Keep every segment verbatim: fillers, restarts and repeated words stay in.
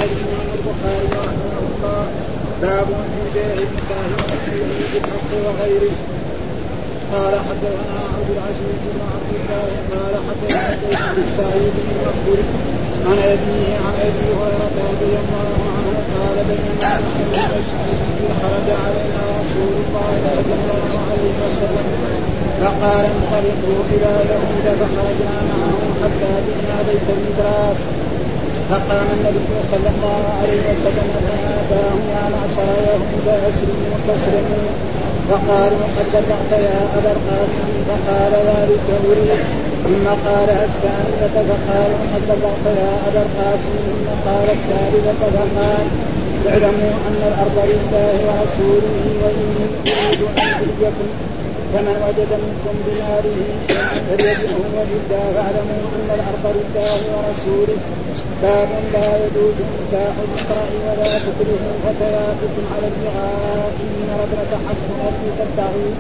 قال الإمام البخاري رحمه الله باب في بيع النكاح والتزويج بالحق وغيره. قال حدثنا عبد العزيز بن عبد الله قال حدثنا عن سعيد بن مقبول عن أبيه عن أبي هريرة رضي الله عنه قال بينما نحن في المسجد إذ خرج علينا رسول الله صلى الله عليه وسلم فقال انطلقوا إلى يهود فخرجنا معه حتى جئنا بيت المدراس فقام النبي صلى الله عليه وسلم فناداهم يا معشر يهود أسلموا تسلموا فقالوا قد بلغت يا أبا القاسم فقال ذلك أريد ثم قال الثانية فقالوا قد بلغت يا أبا القاسم ثم قال الثالثة فقال اعلموا أن الأرض لله ورسوله وإني أريد أن أخرجكم فمن وجد منكم بماله شيئا فليبعه وجدا فاعلموا أن الأرض لله ورسوله. باب لا يجوز نكاح المرأة ولا تكرهوا فتياتكم على البغاء إن ربنا تحصن لتبتغوا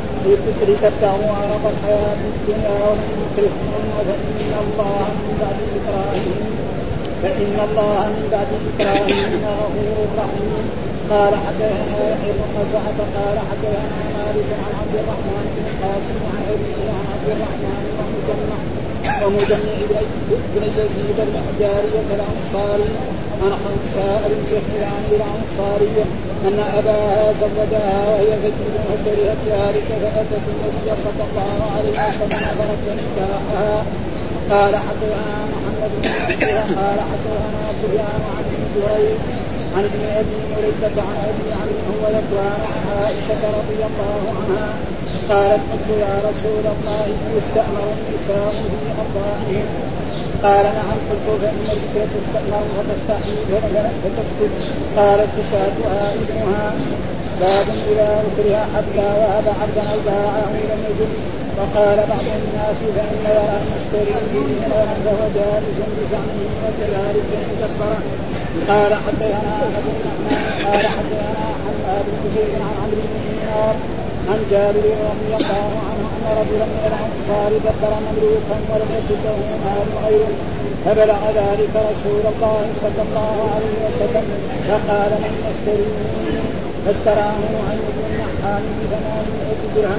لتبتغوا عرض الحياة الدنيا ومن يكرهن فإن الله من بعد إكراههن فإن الله من بعد إكراههن غفور رحيم. قال حدثنا يحيى بن قزعة قال حدثنا مالك عن عبد الرحمن بن القاسم عن أبيه عن عبد الرحمن ومجمع ومجمع بن يزيد الجارية الأنصاري عن خنساء بنت حرام الأنصارية أن أباها زوجها وهي ذكر فكرهت ذلك فأتت النبي صلى الله عليه وسلم فرد نكاحها. قال حدثنا محمد بن مسلم قال حدثنا سفيان عن ابن جريج عن ابن أبي مليكة عن أبي عمرو وذكوان عن عائشة رضي الله عنها قالت قلت يا رسول الله يستأمر النساء في أرضائهم قال نعم قلت فإن الذكر تستأمر فتستحيي فتكتب قالت صفاتها ابنها. باب إذا أكره حتى وهب عبدا أو باعه لم يجب. وقال بعض الناس فإن يرى المشتري به فهو جالس بزعمه وكذلك مدبرا. قال حدثنا أبو الرحمن قال حدثنا حماد بن زيد عن عمرو بن دينار عن جابر رضي الله عنه أن رجلا من الأنصار دبر مملوكا ولم يكن له مال غيره فبلغ ذلك رسول الله صلى الله عليه وسلم فقال من يشتري فاشتراه عن ابن النحال بثمانمائة درهم.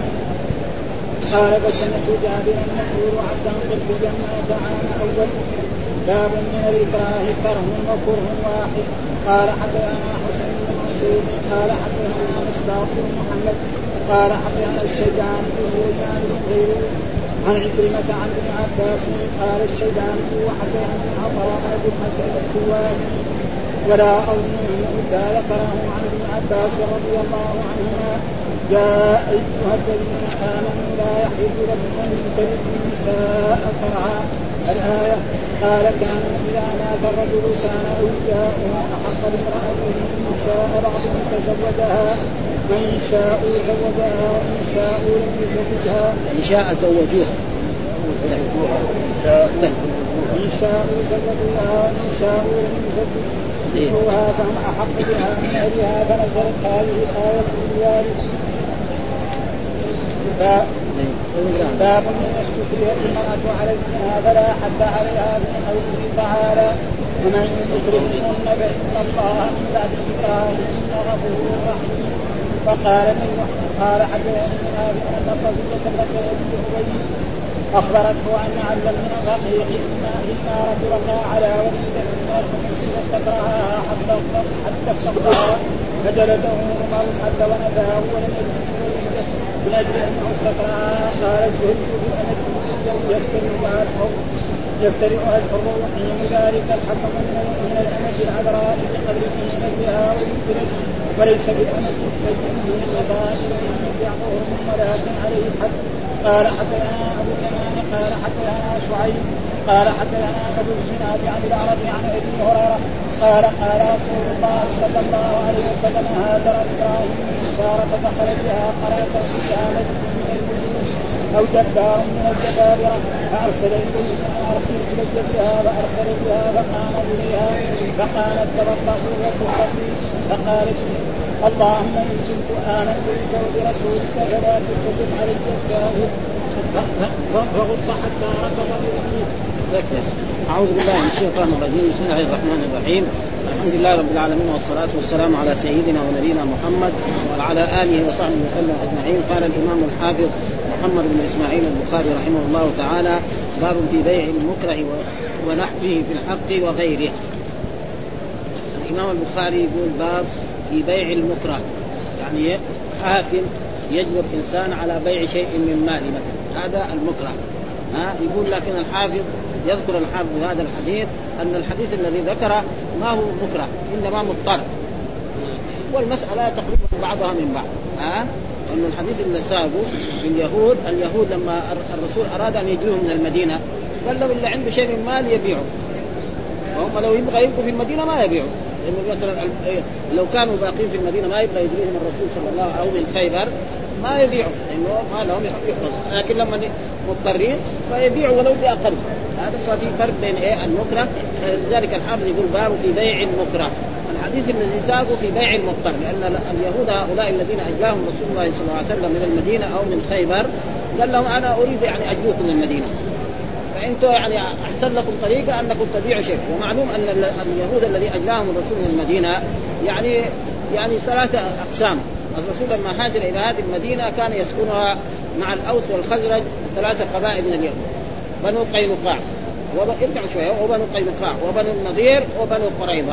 قال فسمعت جابرا يقول عبدا قربيا مات عام أول. باب من الإكراه كره وكره واحد. قال حدثنا حسن بن منصور قال حدثنا مصداق بن محمد قال حدثنا الشيبان بن سليمان بن غيره عن عكرمة عن ابن عباس قال الشيبان وحدثنا عطاء بن حسن السواري ولا أظنه إلا ذكره عن ابن عباس رضي الله عنهما يا أيها الذين آمنوا لا يحل لكم أن ترثوا النساء كرها الآية. قال كانوا إذا مات الرجل كان أولياؤه أحق بامرأته إن شاء بعضهم تزوجها وإن شاءوا زوجها وإن شاءوا لم يزوجها إن شاء زوجوها إن شاءوا زوجوها وإن شاءوا لم يزوجوها فهم أحق بها من أهلها فنزلت هذه الآية في ذلك. باب من استكرهت المرأة على الزنا فلا حد عليها من قوله تعالى ومن يكرهن فإن الله من بعد إكراههن غفور رحيم. وقال قال حدثني نافع أن صفية بنت أبي حبيب أخبرته أن عبدا من الرقيق إن رجلا على وليدة من الخمس فاستكرهها حتى استقرها فجلده عمر حتى ونفاه ولم يجد من أجل أنه استكرهها. قال الزهري بأن يفترئها الحر يفترئها الحر وحين ذلك الحكم من الأمة العذراء بقدر قيمتها ويمكنه وليس بالأمة السيد من الغباء وإن يعطهم ولكن عليه الحد. قال حدثنا أبو اليمان قال حدثنا شعيب قال حدثنا أبو الزناد عن الأعرج عن أبي هريرة قال قال رسول الله صلى الله عليه وسلم هاجر إبراهيم إشارة دخل بها قرية فيها مجد من المجد أو جبار من الجبابرة فأرسل أرسل إليها فأرسل بها فقام إليها فقالت تبطأوا وتصلي فقالت اللهم إن كنت آمنت بك وبرسولك فلا تسلم علي الجاهل فغض حتى ركض بأمي. أعوذ بالله من الشيطان الرجيم. بسم الله الرحمن الرحيم. الحمد لله رب العالمين والصلاة والسلام على سيدنا ونبينا محمد وعلى آله وصحبه وسلم أجمعين. قال الإمام الحافظ محمد بن إسماعيل البخاري رحمه الله تعالى: باب في بيع المكره ونحوه في الحق وغيره. الإمام البخاري يقول باب في بيع المكره، يعني حاكم يجبر إنسان على بيع شيء من مال مثلا، هذا المكره. ها يقول لكن الحافظ يذكر الحافظ هذا الحديث أن الحديث الذي ذكره ما هو مكره إنما مضطر، والمسألة تقريبا بعضها من بعض. ها أن الحديث اللي ساقه في اليهود اليهود لما الرسول أراد أن يجيهم من المدينة قال لهم اللي عنده شيء من مال يبيعه، وهم لو يبغى يبقوا في المدينة ما يبيعوا، لأنه مثلا لو كانوا باقين في المدينة ما يبغى يجيهم الرسول صلى الله عليه وسلم من خيبر ما يبيعوا لأنه ما لهم يحفظ، لكن لما مضطرين فيبيعوا ولو بأقل. هذا ففي فرق بين إيه المكره. لذلك الحافظ يقول باب في بيع المكره. الحديث الذي ساقه في بيع المضطر، لأن اليهود هؤلاء الذين أجلاهم رسول الله صلى الله عليه وسلم من المدينة أو من خيبر قال لهم أنا أريد يعني أجلوكم من المدينة، فأنتوا يعني أحسن لكم طريقة أنكم تبيعوا شيء. ومعلوم أن اليهود الذي أجلاهم الرسول من المدينة يعني يعني ثلاثة أقسام. الرسول لما هاجر إلى هذه المدينة كان يسكنها مع الأوس والخزرج، ثلاثة قبائل من اليهود: بنو قينقاع وارجعوا شوية وبنو قينقاع وبنو النضير وبنو قريظة.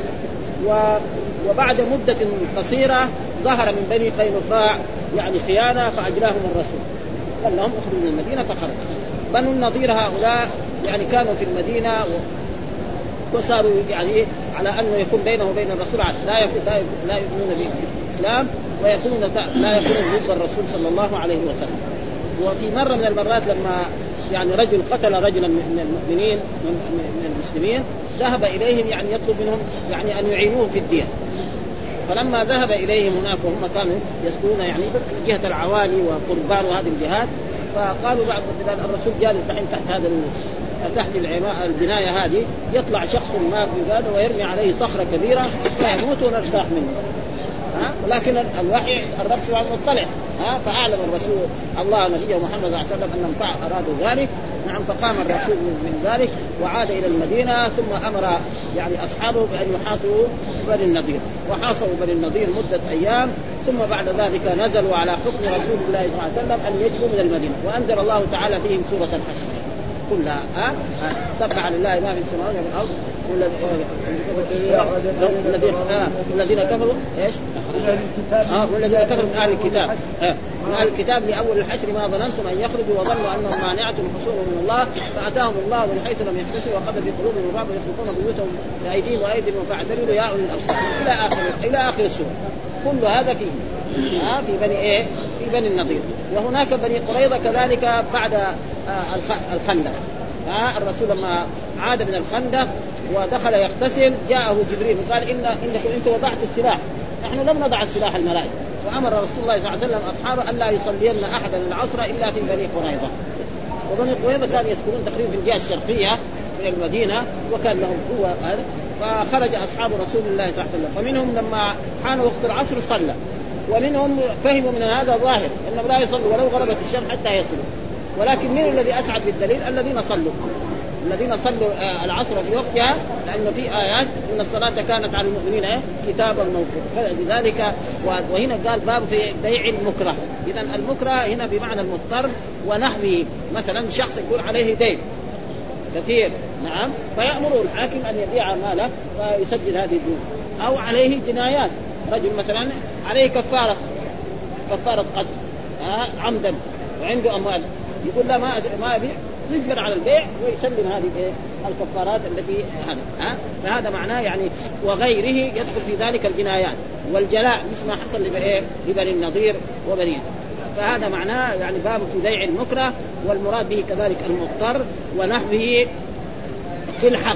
وبعد مدة قصيرة ظهر من بني قينقاع يعني خيانة فأجلاهم الرسول، قال لهم اخرجوا من المدينة فخرجوا. بنو النضير هؤلاء يعني كانوا في المدينة وصاروا يعني على أنه يكون بينه وبين الرسول عهد، لا يكون لا يؤمنون بالإسلام ويكونون لا يكونون ضد الرسول صلى الله عليه وسلم. وفي مرة من المرات لما يعني رجل قتل رجلا من المؤمنين من المسلمين ذهب إليهم يعني يطلب منهم يعني أن يعينوه في الدية. فلما ذهب إليهم هناك وهم كانوا يسكنون يعني جهة العوالي وقربان وهذه الجهات، فقالوا بعد الرسول جالس تحت هذا تحت البناية هذه يطلع شخص ما في هذا ويرمي عليه صخرة كبيرة فيموت ونرتاح منه. ها ولكن الوحي الرب سبحانه مطلع، ها فأعلم الرسول الله نبيه محمد صلى الله عليه وسلم أنهم أرادوا ذلك. نعم فقام الرسول من ذلك وعاد إلى المدينة، ثم أمر يعني أصحابه بأن يحاصروا بني النضير، وحاصروا بني النضير مدة أيام. ثم بعد ذلك نزلوا على حكم رسول الله صلى الله عليه وسلم أن يجبوا من المدينة، وأنزل الله تعالى فيهم سورة الحشر كلها. ها سبح لله ما في السماوات وفي الأرض والذين كفروا ايش؟ اه والذين كفروا من اهل الكتاب آه. من اهل الكتاب لاول الحشر ما ظننتم ان يخرجوا وظنوا انهم مانعتهم حصولهم من الله فاتاهم الله من حيث لم يحتسبوا وقد في قلوبهم الرعب يخلقون بيوتهم بايديهم وايديهم فاعتبروا يا اولي الابصار الى اخر الى اخر السوره. كل هذا فيه آه في بني ايه؟ في بني النضير. وهناك بني قريظة كذلك بعد آه الخندق. آه الرسول لما عاد من الخندق ودخل يغتسل جاءه جبريل وقال إن إنكم أنتم وضعتوا السلاح، نحن لم نضع السلاح الملائكة. وأمر رسول الله صلى الله عليه وسلم أصحابه ألا يصلين أحدا العصر إلا في بني قريظة. وبني قريظة كانوا يسكنون تقريبا في الجهة الشرقية من المدينة وكان لهم قوة هذا. فخرج أصحاب رسول الله صلى الله عليه وسلم، فمنهم لما حان وقت العصر صلى، ومنهم فهموا من هذا ظاهر أنهم لا يصلوا ولو غربت الشمس حتى يصلوا. ولكن من الذي أسعد بالدليل؟ الذين صلوا الذين صلوا العصر في وقتها، لأن في آيات إن الصلاة كانت على المؤمنين كتابا موقوتا. لذلك وهنا قال باب في بيع المكره. إذن المكره هنا بمعنى المضطر ونحوه. مثلا شخص يكون عليه دين كثير نعم فيأمره الحاكم أن يبيع ماله فيسجل هذه الدين، أو عليه جنايات، رجل مثلا عليه كفارة كفارة قتل آه عمدا وعنده أموال يقول لا ما ما أبيع، يجبر على البيع ويسلم هذه الكفارات التي هذا ها فهذا معناه يعني. وغيره يدخل في ذلك الجنايات والجلاء مثل ما حصل لبني النضير وبنيه. فهذا معناه يعني باب في بيع المكره، والمراد به كذلك المضطر ونحوه في الحق.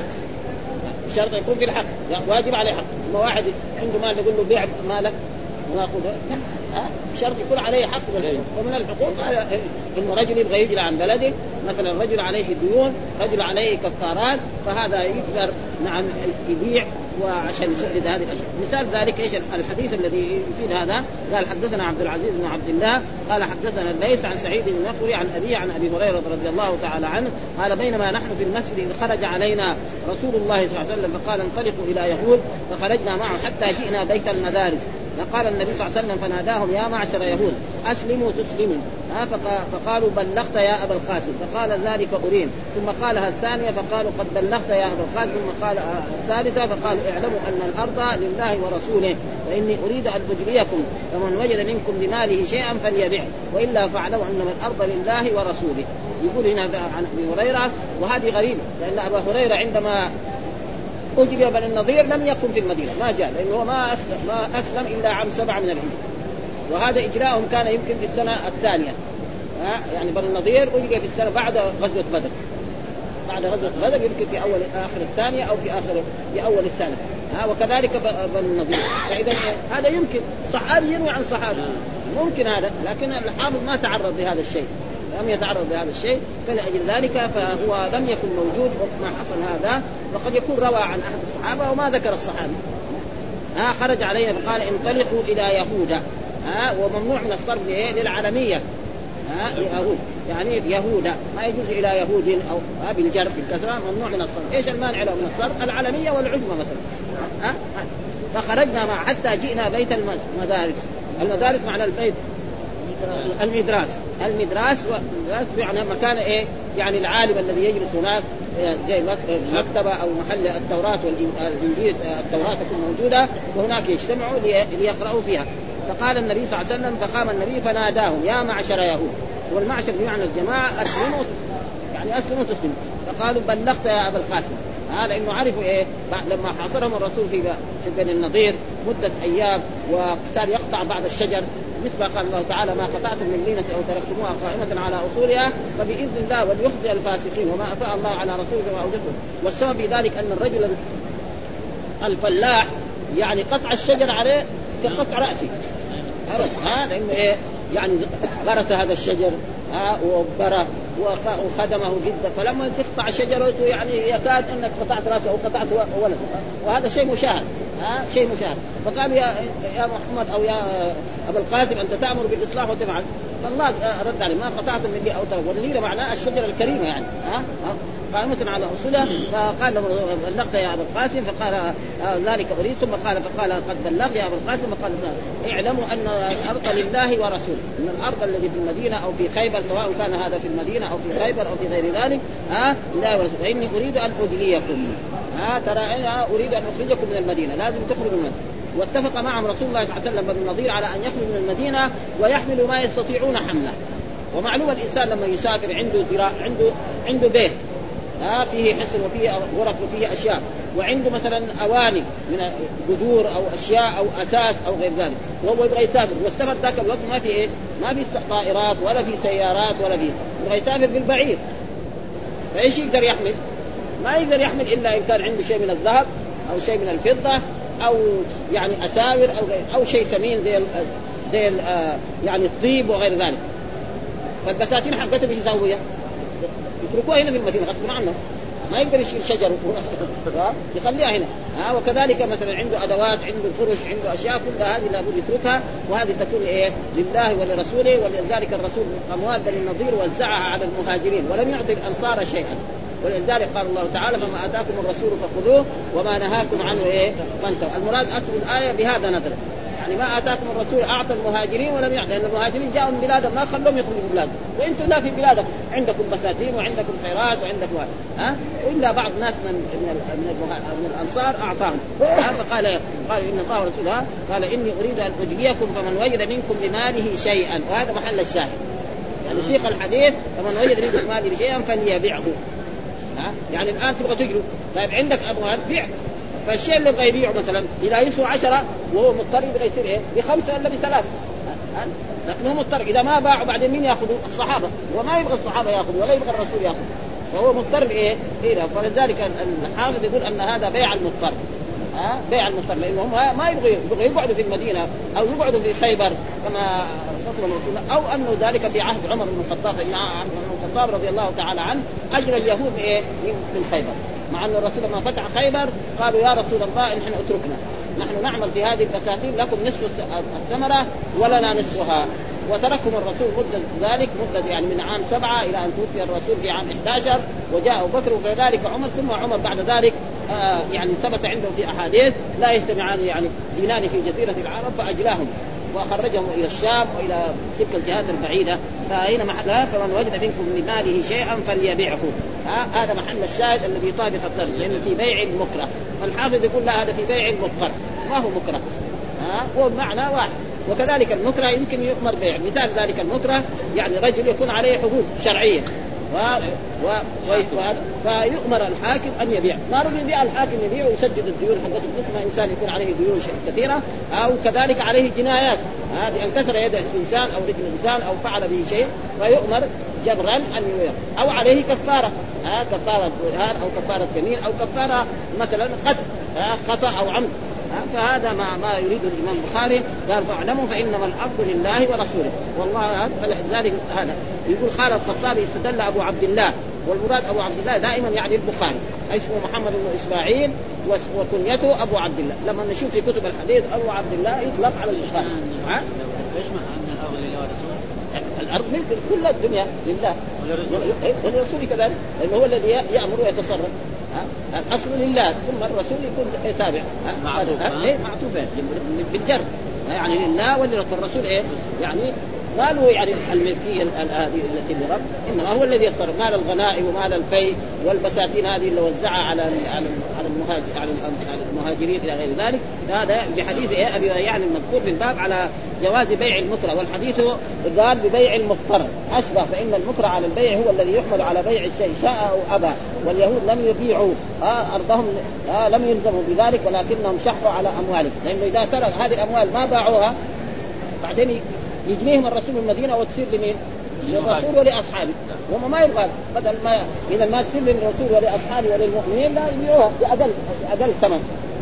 شرط يكون في الحق واجب عليه حق. ما واحد عنده مال يقول له بيع مالك وناخذه ها شرط يكون عليه حق. ومن الحقوق إن رجل يبغى يجري عن بلده، مثلا رجل عليه ديون، رجل عليه كفارات، فهذا يقدر نعم يبيع وعشان يسدد هذه الاشياء. مثال ذلك ايش الحديث الذي يفيد هذا؟ قال حدثنا عبد العزيز بن عبد الله قال حدثنا الليث عن سعيد بن المقبري عن ابي عن ابي هريره رضي الله تعالى عنه قال بينما نحن في المسجد إذ خرج علينا رسول الله صلى الله عليه وسلم فقال انطلقوا الى يهود فخرجنا معه حتى جئنا بيت المدارس فقال النبي صلى الله عليه وسلم فناداهم يا معشر يهود أسلموا تسلموا فقالوا بلغت يا أبا القاسم فقال ذلك أرين ثم قالها الثانية فقالوا قد بلغت يا أبا القاسم ثم قال الثالثة فقالوا اعلموا أن الأرض لله ورسوله وإني أريد أن أجريكم فمن وجد منكم بماله شيئا فليبيع وإلا فاعلموا أن الأرض لله ورسوله. يقول هنا عن أبي هريرة وهذه غريبة لأن أبا هريرة عندما أجري بني النضير لم يكن في المدينة ما جاء لأنه ما أسلم, ما أسلم إلا عام سبعة من الهجرة وهذا إجراءهم كان يمكن في السنة الثانية يعني بني النضير أجري في السنة بعد غزوة بدر بعد غزوة بدر يمكن في أول آخر الثانية أو في آخر في أول الثالث ها وكذلك بني النضير. فإذا هذا يمكن صحابي ينوي عن صحابي ممكن هذا لكن الحافظ ما تعرض لهذا الشيء لم يتعرض لهذا الشيء فلأجل ذلك فهو لم يكن موجود ما حصل هذا وقد يكون روى عن أحد الصحابة وما ذكر الصحابي. ها خرج علينا فقال انطلقوا إلى يهودا ها وممنوع من الصرف للعالمية ها ليهود يعني يهودا ما يجوز إلى يهود أو بالجر بالكسرة ممنوع من الصرف. إيش المانع له من الصرف؟ العالمية والعجمة مثلا. ها فخرجنا مع حتى جئنا بيت المدارس. المدارس معنى البيت المدراس المدراس يعني مكان ايه يعني العالم الذي يجلس هناك زي مكتبه او محل التوراة والانجيل التوراة تكون موجوده وهناك يجتمعوا ليقرأوا فيها. فقال النبي صلى الله عليه وسلم فقام النبي فناداهم يا معشر يهود والمعشر بمعنى الجماعه اسلموا يعني اسلموا تسلموا فقالوا بلغت يا ابا القاسم هذا انه عرفوا ايه لما حاصرهم الرسول في بني النضير مده ايام وصار يقطع بعض الشجر مثل ما قال الله تعالى ما قطعتم من لينة أو تركتموها قائمة على أصولها فبإذن الله وليخزي الفاسقين وما أفاء الله على رسوله وما أوجبه. والسبب في ذلك أن الرجل الفلاح يعني قطع الشجر عليه كقطع رأسه هذا إنه إيه يعني غرس هذا الشجر ها وبره وخدمه جدا فلما تقطع شجرته يعني يكاد انك قطعت راسه او قطعت ولده وهذا شيء مشاهد ها شيء مشاهد. فقال يا يا محمد او يا ابا القاسم انت تأمر بالاصلاح وتفعل فالله رد عليه ما قطعت من لي او ترك والليله معناه الشجره الكريمه يعني ها قائمة على أصولها. فقال له بلغت يا أبا القاسم فقال ذلك أريد ثم قال فقال قد بلغت يا أبا القاسم فقال اعلموا أن الأرض لله ورسوله أن الأرض الذي في المدينة أو في خيبر سواء كان هذا في المدينة أو في خيبر أو في غير ذلك ها لله ورسوله فإني أريد أن أدليكم ها ترى أنا أريد أن أخرجكم من المدينة لازم تخرجوا منها. واتفق معهم رسول الله صلى الله عليه وسلم بن النضير على أن يخرجوا من المدينة ويحملوا ما يستطيعون حمله. ومعلوم الإنسان لما يسافر عنده ذراع عنده عنده بيت ها فيه حصن وفيه غرف وفيه أشياء وعنده مثلا أواني من جذور أو أشياء أو أساس أو غير ذلك وهو يبغى يسافر والسفر ذاك الوقت ما في إيه ما في طائرات ولا في سيارات ولا في يبغى يسافر بالبعير فإيش يقدر يحمل؟ ما يقدر يحمل إلا إن كان عنده شيء من الذهب أو شيء من الفضة أو يعني أساور أو غير أو شيء ثمين زي ال زي ال يعني الطيب وغير ذلك. فالبساتين حقتهم ايش يسووا؟ يتركوها هنا في المدينه غصب عنه ما يقدر يشيل شجر يخليها هنا ها. وكذلك مثلا عنده ادوات عنده فرش عنده اشياء كلها هذه لابد يتركها وهذه تكون ايه لله ولرسوله. ولذلك الرسول اموال بني النضير وزعها على المهاجرين ولم يعطي الانصار شيئا. ولذلك قال الله تعالى فما اتاكم الرسول فخذوه وما نهاكم عنه ايه فانتهوا. المراد اصل الايه بهذا نظر يعني ما آتاكم الرسول أعطى المهاجرين ولم يعطي لأن المهاجرين جاءوا من بلادهم ما خلوهم يخرجوا من بلادهم وأنتم لا في بلادكم عندكم بساتين وعندكم خيرات وعندكم ها وإلا بعض الناس من من من, من الأنصار أعطاهم. فقال قال إن الله ورسوله قال إني أريد أن أجليكم فمن وجد منكم بماله شيئا وهذا محل الشاهد يعني شيخ الحديث فمن وجد منكم بماله شيئا فليبيعه ها يعني الآن تبغى تجلو طيب عندك أبغى بيع فالشيء اللي يبغى يبيعه مثلا إذا يسوى عشرة وهو مضطر يبغى يصير إيه بخمسة ولا بثلاثة لكن هو مضطر إذا ما باعوا بعدين مين يأخذوا؟ الصحابة وما يبغى الصحابة يأخذوا ولا يبغى الرسول يأخذ فهو مضطر إيه إيه. فلذلك الحافظ يقول أن هذا بيع المضطر ها بيع المضطر لأنه هم ما يبغوا يبغوا يقعدوا في المدينة أو يقعدوا في خيبر كما فصل الرسول أو أنه ذلك في عهد عمر بن الخطاب إن عمر بن الخطاب رضي الله تعالى عنه أجرى اليهود إيه من خيبر مع أن الرسول لما فتح خيبر قالوا يا رسول الله إن إحنا اتركنا نحن نعمل في هذه البساتين لكم نصف الثمرة ولنا نصفها، وتركهم الرسول مدة ذلك مدة يعني من عام سبعة إلى أن توفي الرسول في عام إحدى عشر، وجاء أبو بكر وكذلك عمر، ثم عمر بعد ذلك آه يعني ثبت عنده في أحاديث لا يجتمعان يعني دينان في جزيرة العرب فأجلاهم وخرجهم إلى الشام وإلى تلك الجهات البعيدة، فهنا محلها فمن وجد منكم من ماله شيئا فليبيعه. آه هذا محل الشاهد الذي يطابق الطرد، لأنه في بيع المكره، الحافظ يقول لا هذا في بيع المضطر ما هو مكره، آه هو معنى واحد. وكذلك المكره يمكن يؤمر بيع، مثال ذلك المكره يعني رجل يكون عليه حقوق شرعية و... و... و... فيؤمر الحاكم أن يبيع، ما رجل يبيع الحاكم يبيع ويسدد الديون حقته، مثل إنسان يكون عليه ديون كثيرة أو كذلك عليه جنايات هذه أن كسر يد إنسان أو رجل إنسان أو فعل به شيء فيؤمر جبرا أن يبيع، أو عليه كفارة ها كفارة برهان أو كفارة يمين أو كفارة مثلا قتل خطأ أو عمد، فهذا ما ما يريده الإمام البخاري. قال فاعلموا فإنما الأرض لله ورسوله والله. فلذلك هذا يقول قال الخطابي استدل أبو عبد الله، والمراد أبو عبد الله دائما يعني البخاري، اسمه محمد بن إسماعيل وكنيته أبو عبد الله. لما نشوف في كتب الحديث أبو عبد الله يطلق على البخاري. ها؟ ايش معنى أن الأرض لله ورسوله؟ الأرض ملك كل الدنيا لله ولرسوله كذلك، لأنه هو الذي يأمر ويتصرف. الأصل لله ثم الرسول يكون تابع معطوف بالجر يعني لله ولرسول الرسول إيه يعني قالوا يعني الملكية هذه التي لرب إنما هو الذي يتصرف مال الغنائم ومال الفي والبساتين هذه اللي وزعها على على المهاجر على المهاجرين إلى غير ذلك. هذا بحديث إيه أبي يعني المذكور في الباب على جواز بيع المكره، والحديث قال ببيع المضطر أشبه، فإن المكره على البيع هو الذي يحمل على بيع الشيء شاء أو أبى، واليهود لم يبيعوا آه أرضهم آه لم يلزموا بذلك ولكنهم شحوا على أموالهم، لأنه إذا ترك هذه الأموال ما باعوها بعدين يجنيهم الرسول المدينة وتصير لمين؟ للرسول ولأصحابه، وما ما يبغى بدل ما إذا ما تصير للرسول ولأصحابه وللمؤمنين لا يبيعوها بأقل أقل ثمن،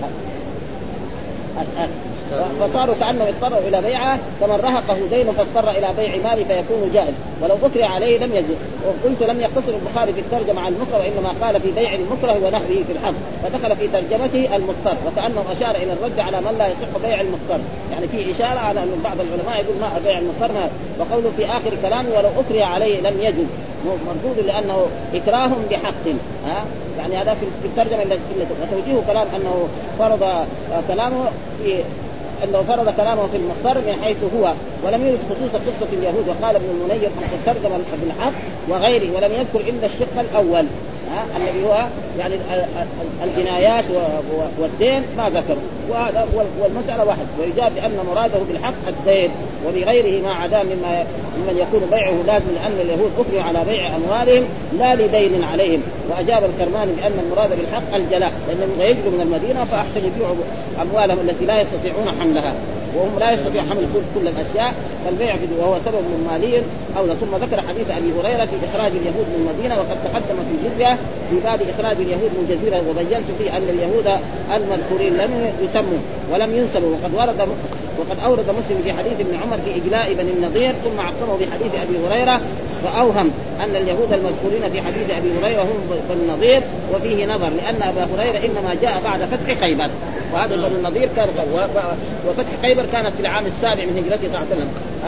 فصاروا كأنهم اضطروا إلى بيعه، فمن رهقه دين فاضطر إلى بيع ماله فيكون جائز، ولو بكر عليه لم يجوز. وقلت لم يقتصر البخاري في الترجمة على المكره وإنما قال في بيع المكره ونحوه في الحق، فدخل في ترجمته المضطر، وكأنه أشار إلى الرد على من لا يصح بيع المضطر، يعني في إشارة على أن بعض العلماء يقول ما بيع المضطر ما، وقوله في آخر كلامه ولو أكره عليه لم يجوز مردود لأنه إكراه بحق. ها يعني هذا في الترجمة التي وتوجيه كلام أنه فرض كلامه في أنه فرض كلامه في المضطر من حيث هو، ولم يرد خصوص قصة اليهود. وقال ابن المنير في الترجمة بالحق وغيره ولم يذكر إلا الشق الأول الذي هو يعني الجنايات والدين ما ذكر، وهذا والمسألة واحد. ويجاب بأن مراده بالحق الدين وبغيره ما عدا مما ممن يكون بيعه لازم، لأن اليهود أكرهوا على بيع أموالهم لا لدين عليهم. وأجاب الكرماني بأن المراد بالحق الجلاء، لأنهم يجلوا من المدينة فأحسن يبيعوا أموالهم التي لا يستطيعون حملها، وهم لا يستطيعون حمل كل, كل الأشياء، فالبيع وهو سبب مالي أولى. ثم ذكر حديث أبي هريرة في إخراج اليهود من المدينة، وقد تقدم في الجزية في باب إخراج اليهود من الجزيرة، وبينت فيه أن اليهود المذكورين لم يسموا ولم ينسبوا. وقد ورد وقد أورد مسلم في حديث ابن عمر في إجلاء بني النضير، ثم عقبه بحديث أبي هريرة وأوهم أن اليهود المذكورين في حديث أبي هريرة هم بني النضير، وفيه نظر لأن أبا هريرة إنما جاء بعد فتح خيبر، وهذا بني النضير كان وفتح خيبر كانت في العام السابع من هجرته صلى الله عليه وسلم.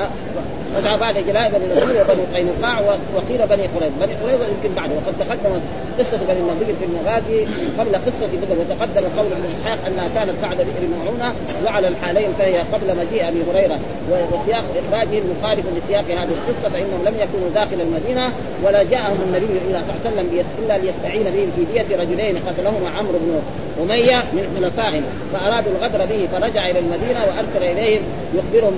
ودعا بعد إجلاء بني النضير وبني قينقاع وقيل بني قريظة. بني قريظة يمكن بعده، وقد تقدم قصة بني النضير في المغازي قبل قصة بدر، وتقدم قول ابن إسحاق أنها كانت بعد بئر معونة، وعلى الحالين فهي قبل مجيء أبي هريرة، وسياق إخراجهم مخالف لسياق هذه القصة، فإنهم لم يكونوا داخل المدينة ولا جاءهم النبي صلى الله عليه وسلم إلا ليستعين بهم في دية رجلين قتلهما عمرو بن أمية من خلفائهم، فأرادوا الغدر به، فرجع إلى المدينة وأرسل إليهم يخبرهم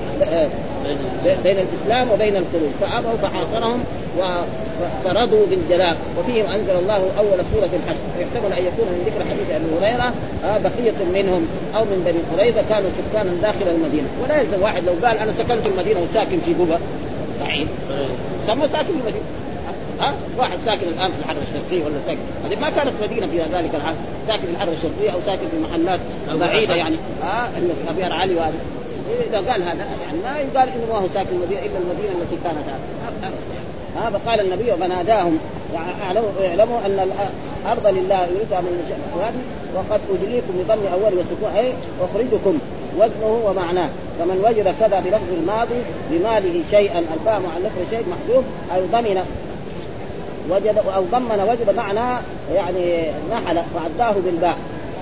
بين الإسلام وبين الخروج، فأبوا فحاصرهم فرضوا بالجلاء. وفيهم أنزل الله أول سورة الحشر، ويحتمل أن يكون من ذكر حديث أبي هريرة بقية منهم أو من بني قريظة كانوا سكانا داخل المدينة. ولا يلزم واحد لو قال أنا سكنت المدينة وساكن في جوبا بعيد سمى ساكن المدينة. ها واحد ساكن الآن في الحرة الشرقية ولا ساكن، هذه ما كانت مدينة في ذلك العصر، ساكن في الحرة الشرقية أو ساكن في محلات بعيدة يعني ها في أبيار علي. وهذا إذا قال هذا يعني ما يقال إنه ما هو ساكن المدينة إلا المدينة التي كانت ها. فقال النبي فناداهم يعني اعلموا ان الارض لله يريدها من يشاء وقد اجليكم بضم اول وسكون اي اخرجكم وزنه ومعناه. فمن وجد كذا بلفظ الماضي بماله شيئا الفاء معلقه شيء محذوف أو ضمن وجد أو ضمن وجد معنى يعني نحل وعداه بالباء.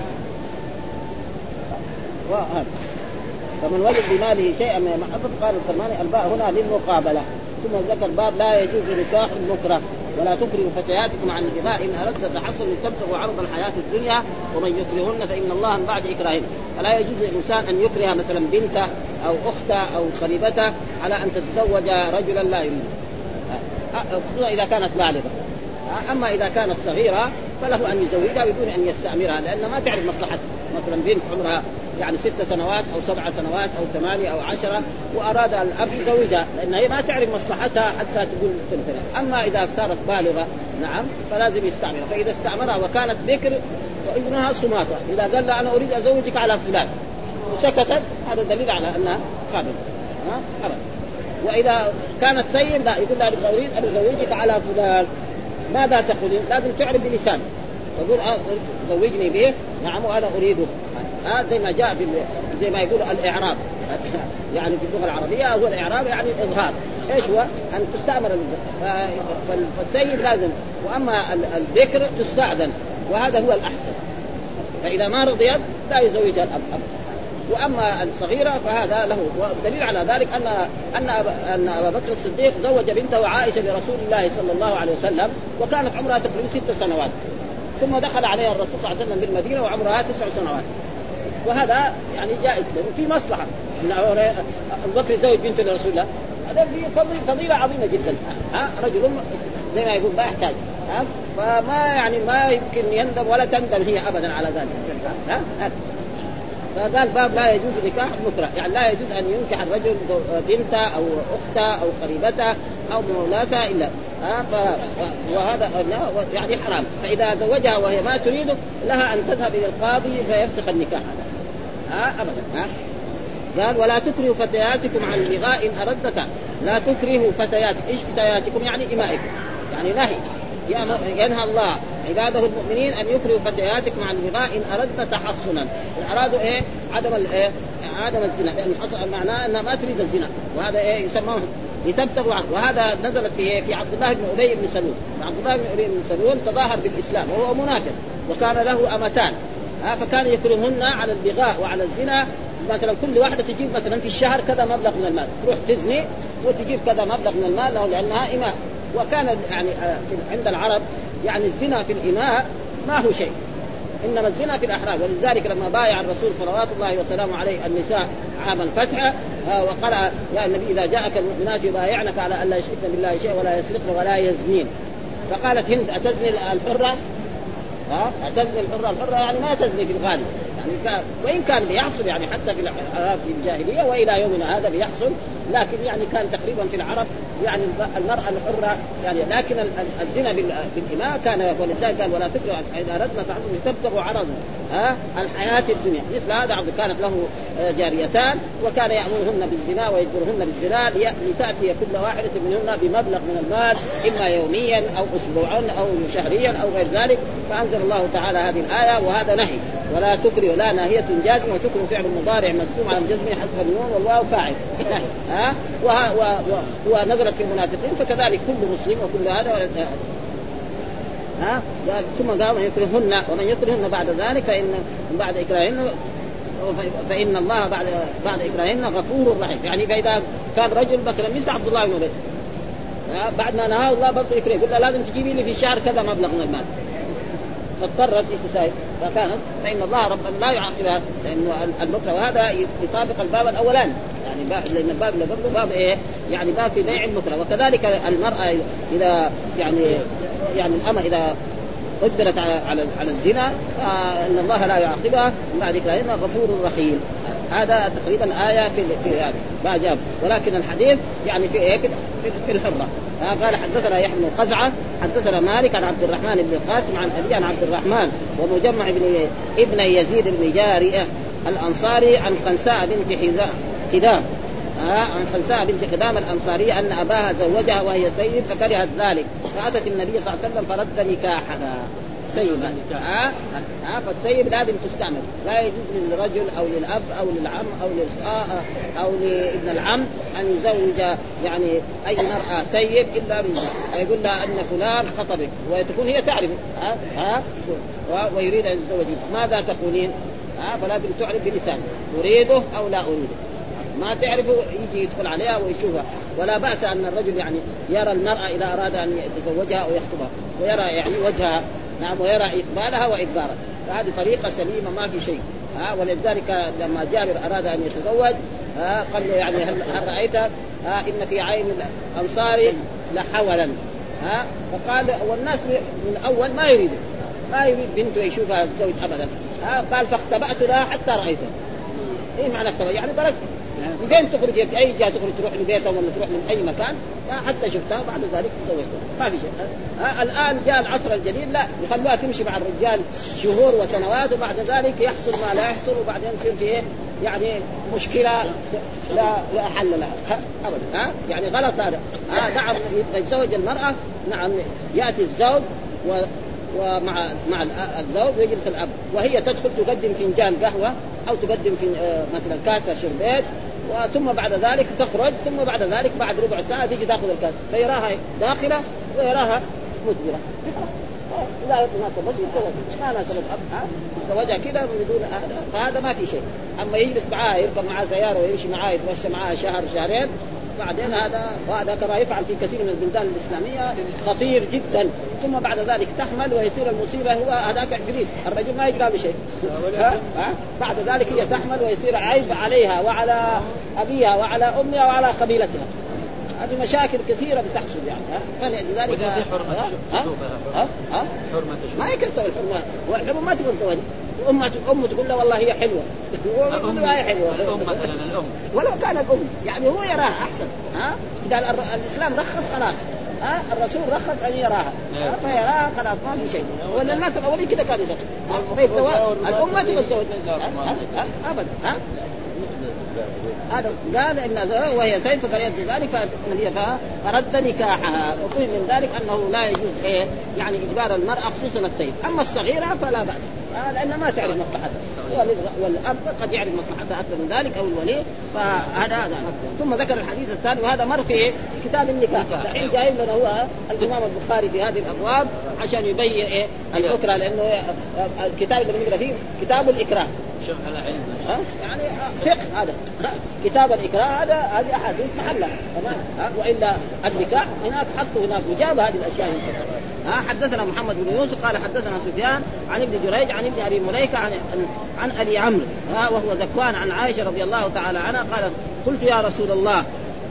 فمن وجد بماله شيئا من المحذوف قال الكرماني الباء هنا للمقابلة. ثم ذكر باب لا يجوز نكاح المكره ولا تكرهوا فتياتكم عن الغناء إن أردت تحصل تبتغوا عرض الحياة الدنيا ومن يكرهن فإن الله من بعد إكراههن. فلا يجوز للإنسان أن يكره مثلا بنته أو أخته أو قريبته على أن تتزوج رجلا لا يريد، خصوصا إذا كانت بالغة. أما إذا كانت صغيرة فله أن يزوجها بدون أن يستأمرها، لأن ما تعرف مصلحتها. مثلا بنت عمرها يعني ست سنوات أو سبع سنوات أو ثمانية أو عشرة وأراد الأب يزوجها لأن هي ما تعرف مصلحتها حتى تقول تنتهي. أما إذا صارت بالغة نعم فلازم يستعملها. فإذا استعملها وكانت بكر فإذنها صماتها، إذا قال لها أنا أريد أزوجك على فلان وسكتت هذا دليل على أنها قابلة. وإذا كانت سيد لا يقول لها أريد أن أزوجك على فلان، ماذا تقولين؟ لازم تعرف بلسان تقول زوجني به نعم وأنا أريده. هذا زي ما جاء في زي ما يقول الإعراب يعني في اللغة العربية هو الإعراب يعني الإظهار. إيش هو؟ أن تستأمر فالسيد لازم، وأما الذكر تستأذن وهذا هو الأحسن. فإذا ما رضيت لا يزوجها الأب. وأما الصغيرة فهذا له. ودليل على ذلك أن أن أن أبا بكر الصديق زوج بنته عائشة برسول الله صلى الله عليه وسلم وكانت عمرها تقريبا ست سنوات، ثم دخل عليها الرسول صلى الله عليه وسلم بالمدينة وعمرها تسع سنوات. وهذا يعني جائز في مصلحة أن أبو بكر يزوج بنته لرسول الله، هذا في فضيلة عظيمة جدا. ها رجل زي ما يقول ما يحتاج، ها فما يعني ما يمكن يندم ولا تندم هي أبدا على ذلك. ها فقال باب لا يجوز نكاح المكره، يعني لا يجوز أن ينكح الرجل بنته أو أخته أو قريبته أو مولاته إلا ها ف... وهذا يعني حرام. فإذا زوجها وهي ما تريده لها أن تذهب إلى القاضي فيفسخ النكاح هذا ها أبدا. ها قال ولا تكرهوا فتياتكم عن البغاء إن أردت. لا تكرهوا فتياتكم. إيش فتياتكم؟ يعني إمائكم، يعني نهي. ينهى الله عباده المؤمنين أن يكرهوا فتياتكم عن البغاء إن أردت تحصنا. أرادوا إيه؟ عدم الإيه؟ عدم الزنا، لأن يعني معناه أنها ما تريد الزنا، وهذا إيه يسمونه لتبتغوا عنه. وهذا نزلت في في عبد الله بن أبي بن سلول. عبد الله بن أبي بن سلول تظاهر بالإسلام وهو منافق وكان له أمتان، ها فكان يكرهن على البغاء وعلى الزنا. مثلا كل واحدة تجيب مثلا في الشهر كذا مبلغ من المال، تروح تزني وتجيب كذا مبلغ من المال له لأنها إماء. وكان يعني عند العرب يعني الزنا في الإماء ما هو شيء، إنما الزنا في الأحرار. ولذلك لما بايع الرسول صلوات الله وسلامه عليه النساء عام الفتح وقال يا النبي إذا جاءك المؤمنات يبايعنك على أن لا يشركن بالله شيء ولا يسرقن ولا يزنين. فقالت هند أتزني الحرة؟ ها أتزني الحرة؟ الحرة يعني ما تزني في الغالب، يعني وإن كان بيحصل يعني حتى في العرب في الجاهلية وإلى يومنا هذا بيحصل، لكن يعني كان تقريبا في العرب يعني المرأة الحرة يعني. لكن الزنا بالإماء كان، ولذلك قال ولا تكرهوا إذا أردنا فعلوا تبتغوا عرض ها الحياة الدنيا. مثل هذا عبد كانت له جاريتان وكان يأمرهن بالزنا ويجبرهن بالزنا لتأتي كل واحدة منهن بمبلغ من المال إما يوميا أو أسبوعا أو شهريا أو غير ذلك. فأنزل الله تعالى هذه الآية وهذا نهي. ولا تكرهوا لا ناهية جازم وتكرهوا فعل مضارع مجزوم على الجزم حذف النون والواو فاعل ها ونزلت في المنافقين فكذلك كل مسلم وكل هذا ها. ثم قال من يكرهن ومن يكرهن بعد ذلك فإن بعد إكراههن فإن الله بعد بعد إكراههن غفور رحيم. يعني فإذا كان رجل مثلا مثل عبد الله بن أبي بعد ما نهاه الله برضه يكره، قلنا لازم تجيبي لي في شهر كذا مبلغ من المال، فاضطرت تساعد فكانت فإن الله ربنا لا يعاقبها لأنه المكره. وهذا يطابق الباب الأولاني يعني لأن الباب اللي قبله باب إيه يعني باب في بيع المكره. وكذلك المرأة إذا يعني يعني الأمة إذا قدرت على على على الزنا فإن الله لا يعاقبها بعد ذلك غفور رحيم. هذا تقريبا آية في في هذا ما جاب. ولكن الحديث يعني في إيه في, في الحرة. قال حدثنا يحيى بن قزعة حدثنا مالك عن عبد الرحمن بن القاسم عن أبي عن عبد الرحمن ومجمع بن ابن يزيد بن جارية الأنصاري عن خنساء بنت حذام عن خنساء بنت خدام الأنصارية أن أباها زوجها وهي سيد فكرهت ذلك فأتت النبي صلى الله عليه وسلم فرد نكاحها سيبا. ها ها فالسيب لازم تستعمل، لا يجوز للرجل أو للأب أو للعم أو للأخ أو لابن العم أن يزوج يعني أي مرأة سيب إلا بالله، ويقول لها أن فلان خطبك وتكون هي تعرف ها ها ويريد أن يتزوج، ماذا تقولين؟ ها فلازم تعرف بلسان أريده أو لا أريده، ما تعرفه يجي يدخل عليها ويشوفها. ولا بأس أن الرجل يعني يرى المرأة إذا أراد أن يتزوجها أو يخطبها ويرى يعني وجهها نعم ويرى إقبالها وإدبارها، فهذه طريقة سليمة ما في شيء. ها ولذلك لما جابر أراد أن يتزوج ها قال له يعني هل, هل رأيت ها إن في عين الأنصار لحولا، ها فقال والناس من أول ما يريد ما يريد بنته يشوفها الزوج أبدا، ها قال فاختبأت لها حتى رأيتها. إيه معنى اختبأ؟ يعني درجة من فين تخرج في أي جهة تخرج تروح لبيتها ولا تروح من أي مكان حتى شفتها بعد ذلك تزوجتها ما في شيء. ها الآن جاء العصر الجديد لا يخلوها تمشي مع الرجال شهور وسنوات وبعد ذلك يحصل ما لا يحصل وبعدين يصير فيه يعني مشكلة لا لا حل لها أبدا. ها يعني غلط هذا. ها نعم يتزوج المرأة نعم يأتي الزوج و ومع مع الزوج ويجلس الأب وهي تدخل تقدم فنجان قهوة أو تقدم في مثلا كاسة شربات وثم بعد ذلك تخرج ثم بعد ذلك بعد ربع ساعة تيجي تأخذ الكاسة فيراها داخلة ويراها مدبرة. لا ناسبت يتزوج ما ناسبت أب يتزوجها كذا بدون فهذا ما في شيء. أما يجلس معاه يركب معاه سيارة ويمشي معاه يتمشى معاه شهر شهرين بعدين هذا وهذا كما يفعل في كثير من البلدان الإسلامية خطير جدا. ثم بعد ذلك تحمل ويصير المصيبة هو هذاك عفريت الرجل ما يجرى بشيء. بعد ذلك هي تحمل ويصير عيب عليها وعلى أبيها وعلى أمها وعلى قبيلتها. هذه مشاكل كثيرة بتحصل يعني. فلذلك ها ها ها ها ما يكتب الحرمة والحرمة ما تقول زواج أمه أمه تقول له والله هي حلوة الأم هي حلوة الأم مثلا الأم ولو كان الأم يعني هو يراها أحسن. ها إذا الإسلام رخص خلاص ها الرسول رخص أن يراها فيراها خلاص ما في شيء. ولا الناس الأولين كده كانوا يسوون الأم ما تقول زواج أبدا. ها هذا قال إن وهي سيد فكرهت ذلك فالنبي فرد نكاحها. وفهم من ذلك أنه لا يجوز إيه يعني إجبار المرأة خصوصا السيد. أما الصغيرة فلا بأس لأنها ما تعرف مصلحتها والأب قد يعرف مصلحتها أكثر من ذلك أو الولي فهذا هذا. ثم ذكر الحديث الثاني وهذا مر في كتاب النكاح. الحين جايب لنا هو الإمام البخاري في هذه الأبواب عشان يبين إيه الإكراه لأنه الكتاب اللي بنقرأ فيه كتاب الإكراه ها يعني فقه هذا كتاب الإكراه هذا هذه أحاديث محلة تمام. وإلا النكاح هناك حطوا هناك وجاب هذه الأشياء ها. حدثنا محمد بن يوسف قال حدثنا سفيان عن ابن جريج عن ابن أبي مليكة عن عن أبي عمرو ها وهو ذكوان عن عائشة رضي الله تعالى عنها قالت قلت يا رسول الله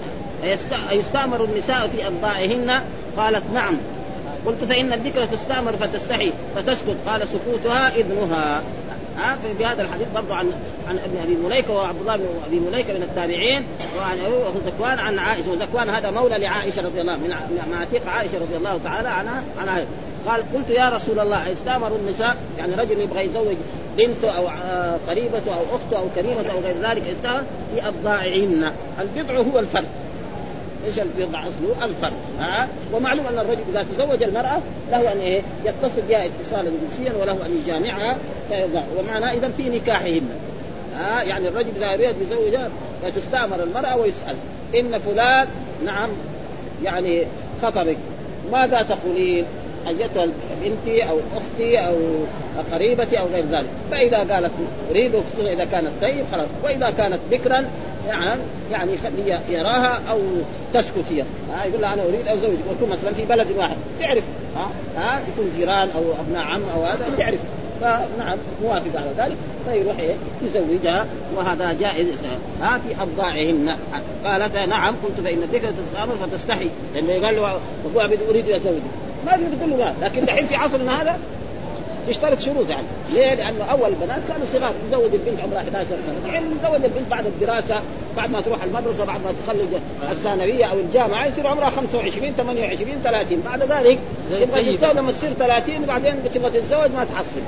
أيستأمر النساء في أبضاعهن؟ قالت نعم. قلت فإن الذكر تستأمر فتستحي فتسكت قال سكوتها إذنها. ها في هذا الحديث برضو عن عن ابن ابي مليكه وعبد الله بن ابي مليكه من التابعين وعن ذكوان عن عائشه. وذكوان هذا مولى لعائشه رضي الله من معاتيق عائشه رضي الله تعالى عنها عنها. قال قلت يا رسول الله استامر النساء يعني رجل يبغى يزوج بنته او قريبته او اخته او كريمته او غير ذلك استامر في ابضاعهن. البضع هو الفرد. ايش البضع اصله الفرد. ها ومعلوم ان الرجل اذا تزوج المراه له ان ايه يتصل بها اتصالا جنسيا وله ان يجامعها ومعنى اذا في نكاحهن. ها يعني الرجل اذا يريد يزوجها فتستأمر المراه ويسأل ان فلان نعم يعني خطبك ماذا تقولين ايتها بنتي او اختي او قريبتي او غير ذلك. فاذا قالت اريد خصوصا اذا كانت طيب خلاص واذا كانت بكرا يعني يعني خلي يراها او تسكت هي. ها يقول لها انا اريد او زوجك ويكون مثلا في بلد واحد تعرف ها ها يكون جيران او ابناء عم او هذا تعرف فنعم موافق على ذلك فيروح يزوجها وهذا جائز. ها في أبضاعهن. قالت نعم. قلت فإن الذكر تستأمر فتستحي لأنه قال له أبوها أريد أزوجك ما يريد تقول له لا. لكن الحين في عصرنا هذا تشترط شروط يعني ليه؟ لأنه أول البنات كانوا صغار يزوج البنت عمرها إحدى عشرة سنة. الحين يزوج البنت بعد الدراسة بعد ما تروح المدرسة بعد ما تخلص الثانوية أو الجامعة يصير عمرها خمسة وعشرين ثمانية وعشرين ثلاثين. بعد ذلك تبغى تتزوج لما تصير ثلاثين وبعدين تبغى تتزوج ما تحصل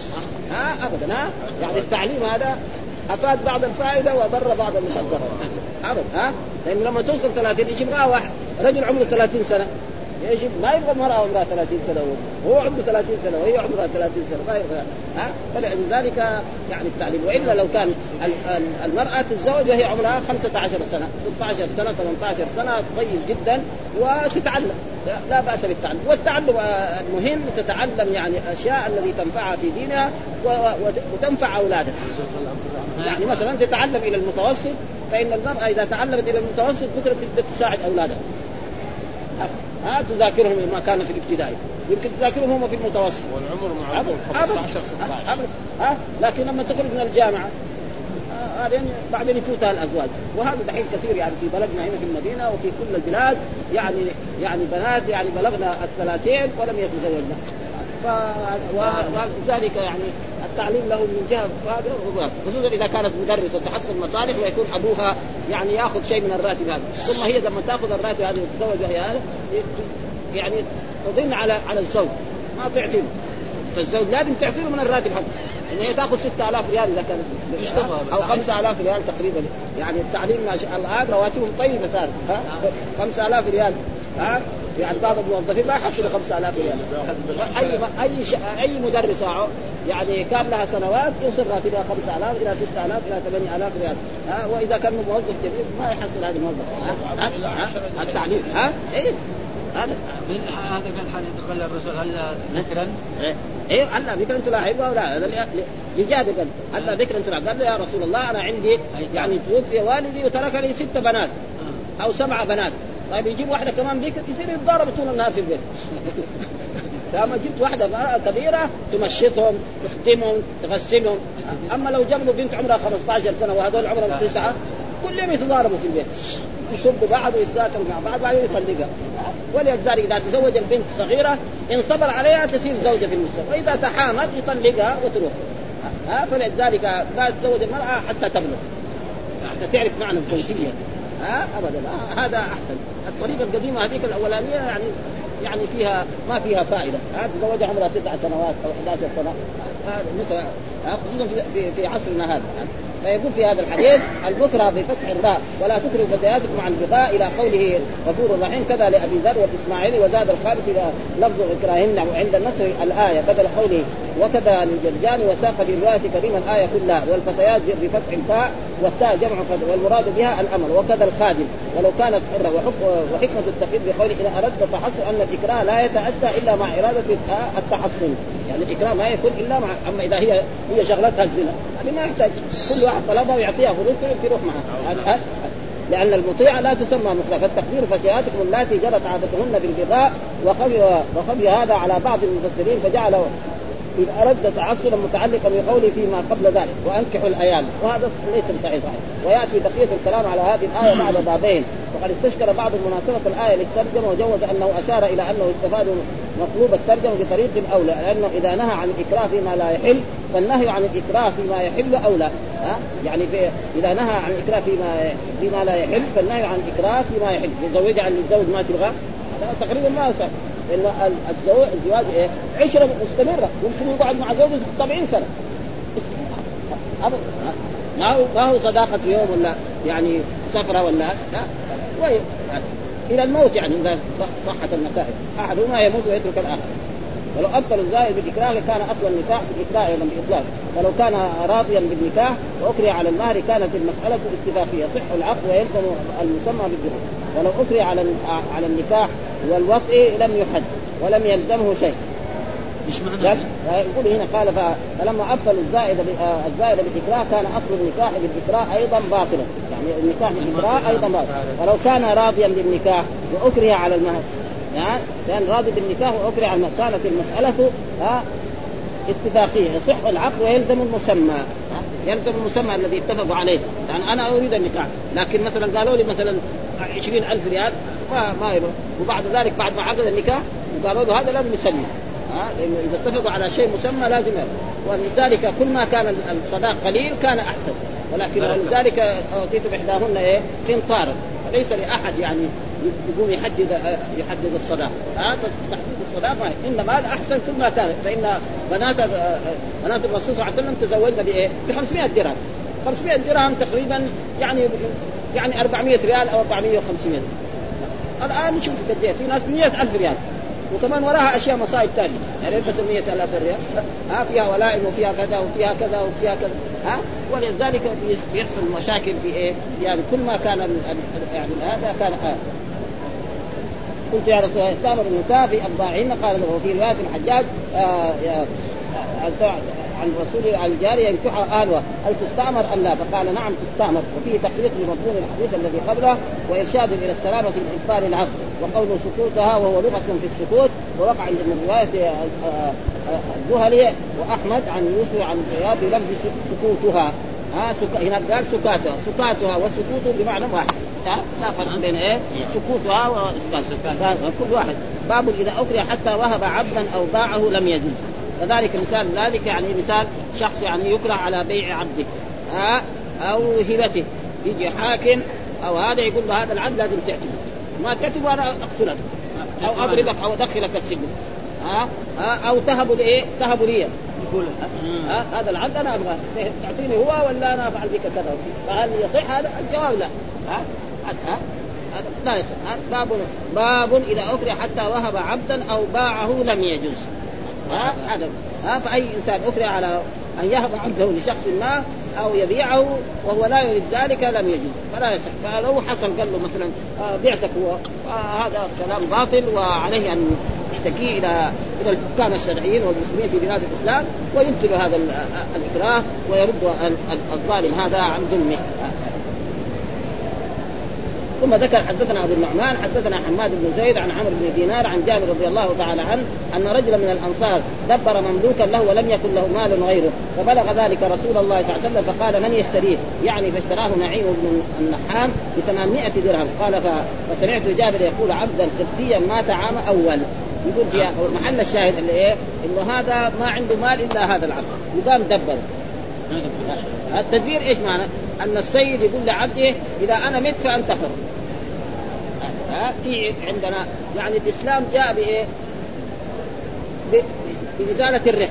ها أبدا. ها يعني التعليم هذا أفاد بعض الفائدة وضر بعض المضرة. أبدا ها، لأن لما توصل ثلاثين إيش يبغى واحد رجل عمره ثلاثين سنة يجب ما يبغى مرأة عمرها ثلاثين سنة هو عنده ثلاثين سنة وهي عمرها ثلاثين سنة ما يبغى ها. فلذلك يعني التعليم. وإلا لو كان المرأة تتزوج وهي عمرها خمسة عشر سنة ستة عشر سنة ثمانية عشر سنة طيب جدا وتتعلم لا بأس بالتعلم. والتعلم المهم تتعلم يعني أشياء التي تنفعها في دينها وتنفع أولادها. يعني مثلا تتعلم إلى المتوسط، فإن المرأة إذا تعلمت إلى المتوسط بكرة تبدأ تساعد أولادها ها، تذاكرهم ما كان في الابتدائي يمكن تذاكرهم هم في المتوسط والعمر معقول خمسة عشر ستة عشر ها. لكن لما تخرج من الجامعة بعدين بعدين يفوتها الأزواج. وهذا دحين كثير يعني في بلدنا هنا في المدينة وفي كل البلاد يعني يعني بنات يعني بلغنا الثلاثين ولم يتزوجن. وذلك يعني التعليم له من جهة هذا، خصوصا إذا كانت مدرسة تحصل مصالح ويكون أبوها يعني يأخذ شيء من الراتب هذا، ثم هي لما تأخذ الراتب هذا وتتزوج وهي هذا يعني تضن على على الزوج ما تعطيه، فالزوج لازم تعطيه من الراتب حقه. يعني هي تأخذ ستة آلاف ريال إذا كانت أو خمسة آلاف ريال تقريبا. يعني التعليم الآن رواتبهم طيبة صار ها خمسة آلاف ريال ها. يعني بعض الموظفين ما يحصلوا خمسة آلاف ريال. أي أي ش... أي مدرسة يعني كان لها سنوات يوصل راتبها خمسة آلاف إلى ستة آلاف إلى ثمانية آلاف ريال ها. وإذا كان موظف جديد ما يحصل هذا الموظف ها؟ ها؟ ها؟ التعليم ها إيه هذا هذا كان حديث قال الرسول هل ذكرا إيه هلا ذكرا تلاعبها ولا هذا لجابر قال هلا ذكرا تلاعب. قال له يا رسول الله أنا عندي يعني توفي والدي وترك لي ست بنات أو سبع بنات، طيب يجيب واحدة كمان بيك يصير يتضارب طول النهار في البيت. لما جبت واحدة كبيرة تمشطهم تختمهم تغسلهم. أما لو جاب له بنت عمرها خمسة عشر سنة وهذول عمرهم تسعة كل يوم يتضاربوا في البيت يسبوا بعض ويتذاكروا مع بعض بعدين يطلقها. ولذلك إذا تزوج البنت صغيرة إن صبر عليها تصير زوجة في المستقبل، وإذا تحامت يطلقها وتروح ها. فلذلك لا تزوج المرأة حتى تبلغ حتى تعرف معنى الزوجية ها أبدا. آه هذا أحسن. الطريقة القديمة هذيك الأولانية يعني يعني فيها ما فيها فائدة. هذا زوجها عمرها تسع سنوات أو أحد عشر سنة هذا مثل خصوصا في في عصرنا هذا. فيقول في هذا الحديث البكرة بفتح الراء ولا تكرهوا فتياتكم عن البغاء إلى قوله غفور رحيم كذا لأبي ذر والإسماعيلي وزاد الخالد إلى لفظ إكراههن. وعند النصر الآية بدل قوله وكذا للجرجان وساق في رواية كريم الآية كلها. والفتيات بفتح الفاء والتاء جمع والمراد بها الأمر وكذا الخادم ولو كانت حرة. وحكمة التقييد بقوله إذا أردت تحصن أن الإكراه لا يتأتى إلا مع إرادة التحصن، يعني الإكراه ما يكون إلا مع. أما إذا هي هي شغلتها الزنا هذه ما يحتاج كل واحد طلبها ويعطيها فلوس تروح معها، لأن المطيعة لا تسمى مخلفة. فالتقدير فتياتكم اللاتي جرت عادتهن بالبغاء وخفي وخفي هذا على بعض المفسرين فجعله إذا أردت تعصلا متعلقا بقوله فيما قبل ذلك وأنكحوا الأيام، وهذا ليس صحيح. ويأتي بقية الكلام على هذه الآية بعد بابين. وقد استشكل بعض المناسبة الآية للترجمة وجوز أنه أشار إلى أنه استفاد مطلوب الترجمة بطريق أولى، لأنه إذا نهى عن الإكراه فيما لا يحل فالنهي عن الإكراه فيما يحل أولى. ها يعني إذا نهى عن الإكراه فيما فيما لا يحل فالنهي عن الإكراه فيما يحل. يزوج عن الزوج ما تبغى هذا تقريبا ما يصح، لأن الزواج الزواج إيه عشرة مستمرة يمكن يقعد مع زوجه سبعين سنة ما هو ما هو صداقة يوم ولا يعني سفرة ولا لا إلى الموت. يعني إذا صحت المسائل أحدهما يموت ويترك الآخر. ولو أبطل الزائد بالإكراه كان أصل النكاح بالإكراه أيضا بإطلاق. فلو كان راضيا بالنكاح وأكره على المهر كانت المسألة استضافية صح العقد ويلزم المسمى بالدخول. ولو أكره على على النكاح والوطء لم يحد ولم يلزمه شيء. مش معنى يقول هنا قال فلما أبطل الزائد الزائد بالإكراه كان أصل النكاح بالإكراه أيضا باطلا، يعني النكاح بالإكراه أيضا باطل. ولو كان راضيا بالنكاح وأكره على المهر يعني كان راضي بالنكاح وأكره على المهر كانت المسألة ها اتفاقية يصح العقد ويلزم المسمى. يلزم المسمى الذي اتفقوا عليه. يعني أنا أريد النكاح لكن مثلا قالوا لي مثلا عشرين ألف ريال ما ما يبغى، وبعد ذلك بعد ما عقد النكاح وقالوا له هذا لازم يسلم. ها لأنه إذا اتفقوا على شيء مسمى لازم. ولذلك كل ما كان الصداق قليل كان أحسن. ولكن ولذلك أعطيت إحداهن إيه قنطارا، فليس لأحد يعني يقوم يحدد يحدد الصداق. ها تحديد الصداق ما إنما هذا أحسن كل ما كان. فإن بنات بنات الرسول صلى الله عليه وسلم تزوجن بإيه بخمسمائة درهم. خمسمائة درهم تقريبا يعني يعني أربعمائة ريال أو أربعمائة وخمسين. الآن نشوف قد إيه في ناس مئة ألف ريال وكمان وراها أشياء مصائب تانية، يعني بس مئة ألف ريال ها فيها ولائم وفيها كذا وفيها كذا وفيها كذا ها. ولذلك يحصل مشاكل في إيه يعني كل ما كان يعني هذا كان آه. قلت يا رسول الله استأمر النساء في أبضاعهن قال له في رواية الحجاج آه عن رسول عن الجارية ينكحها أهلها هل تستأمر أم لا؟ فقال نعم تستأمر. وفيه تحقيق لمضمون الحديث الذي قبله وإرشاد إلى السلامة من إبطال العقد وقول سكوتها وهو لغة في السكوت. ووقع عند رواية الزهري وأحمد عن يوسف عن زياد بلفظ سكوتها ها سك... هنا قال سكاتها سكاتها وسكوت بمعنى واحد لا فرق بين ايه سكوتها وسكاتها كل واحد. باب اذا اكره حتى وهب عبدا او باعه لم يجوز. كذلك مثال ذلك يعني مثال شخص يعني يكره على بيع عبده ها او هبته يجي حاكم او هذا يقول له هذا العبد لازم تعتبه ما تعتبه وانا اقتلك او اضربك او ادخلك السجن ها او تهب الايه تهب لي يقول ها هذا العبد انا ابغاه تعطيني هو ولا انا افعل بك كذا. فهل يصح هذا؟ الجواب لا. ها ها هذا لا يصح. باب باب اذا اكره حتى وهب عبدا او باعه لم يجوز. ها هذا ها فاي انسان اكره على ان يهب عبده لشخص ما او يبيعه وهو لا يريد ذلك لم يجوز فلا يصح. فلو حصل قال له مثلا آه بعتك هو آه هذا كلام باطل وعليه ان يشتكي الى الى الحكام الشرعيين والمسلمين في بلاد الاسلام وينكر هذا الاكراه ويرد الظالم هذا عن ظلمه. ثم ذكر حدثنا ابو النعمان حدثنا حماد بن زيد عن عمرو بن دينار عن جابر رضي الله تعالى عنه ان رجلا من الانصار دبر مملوكا له ولم يكن له مال غيره فبلغ ذلك رسول الله صلى الله عليه وسلم فقال من يشتريه يعني فاشتراه نعيم بن النحام بثمانمائة درهم. قال فسمعت جابر يقول عبدا قبطيا مات عام اول. يقول في محل الشاهد اللي ايه انه هذا ما عنده مال الا هذا العبد وقام دبر. التدبير ايش معنى؟ ان السيد يقول لعبده اذا انا مت فانت حر. ها في عندنا يعني الاسلام جاء بايه بازاله الرق.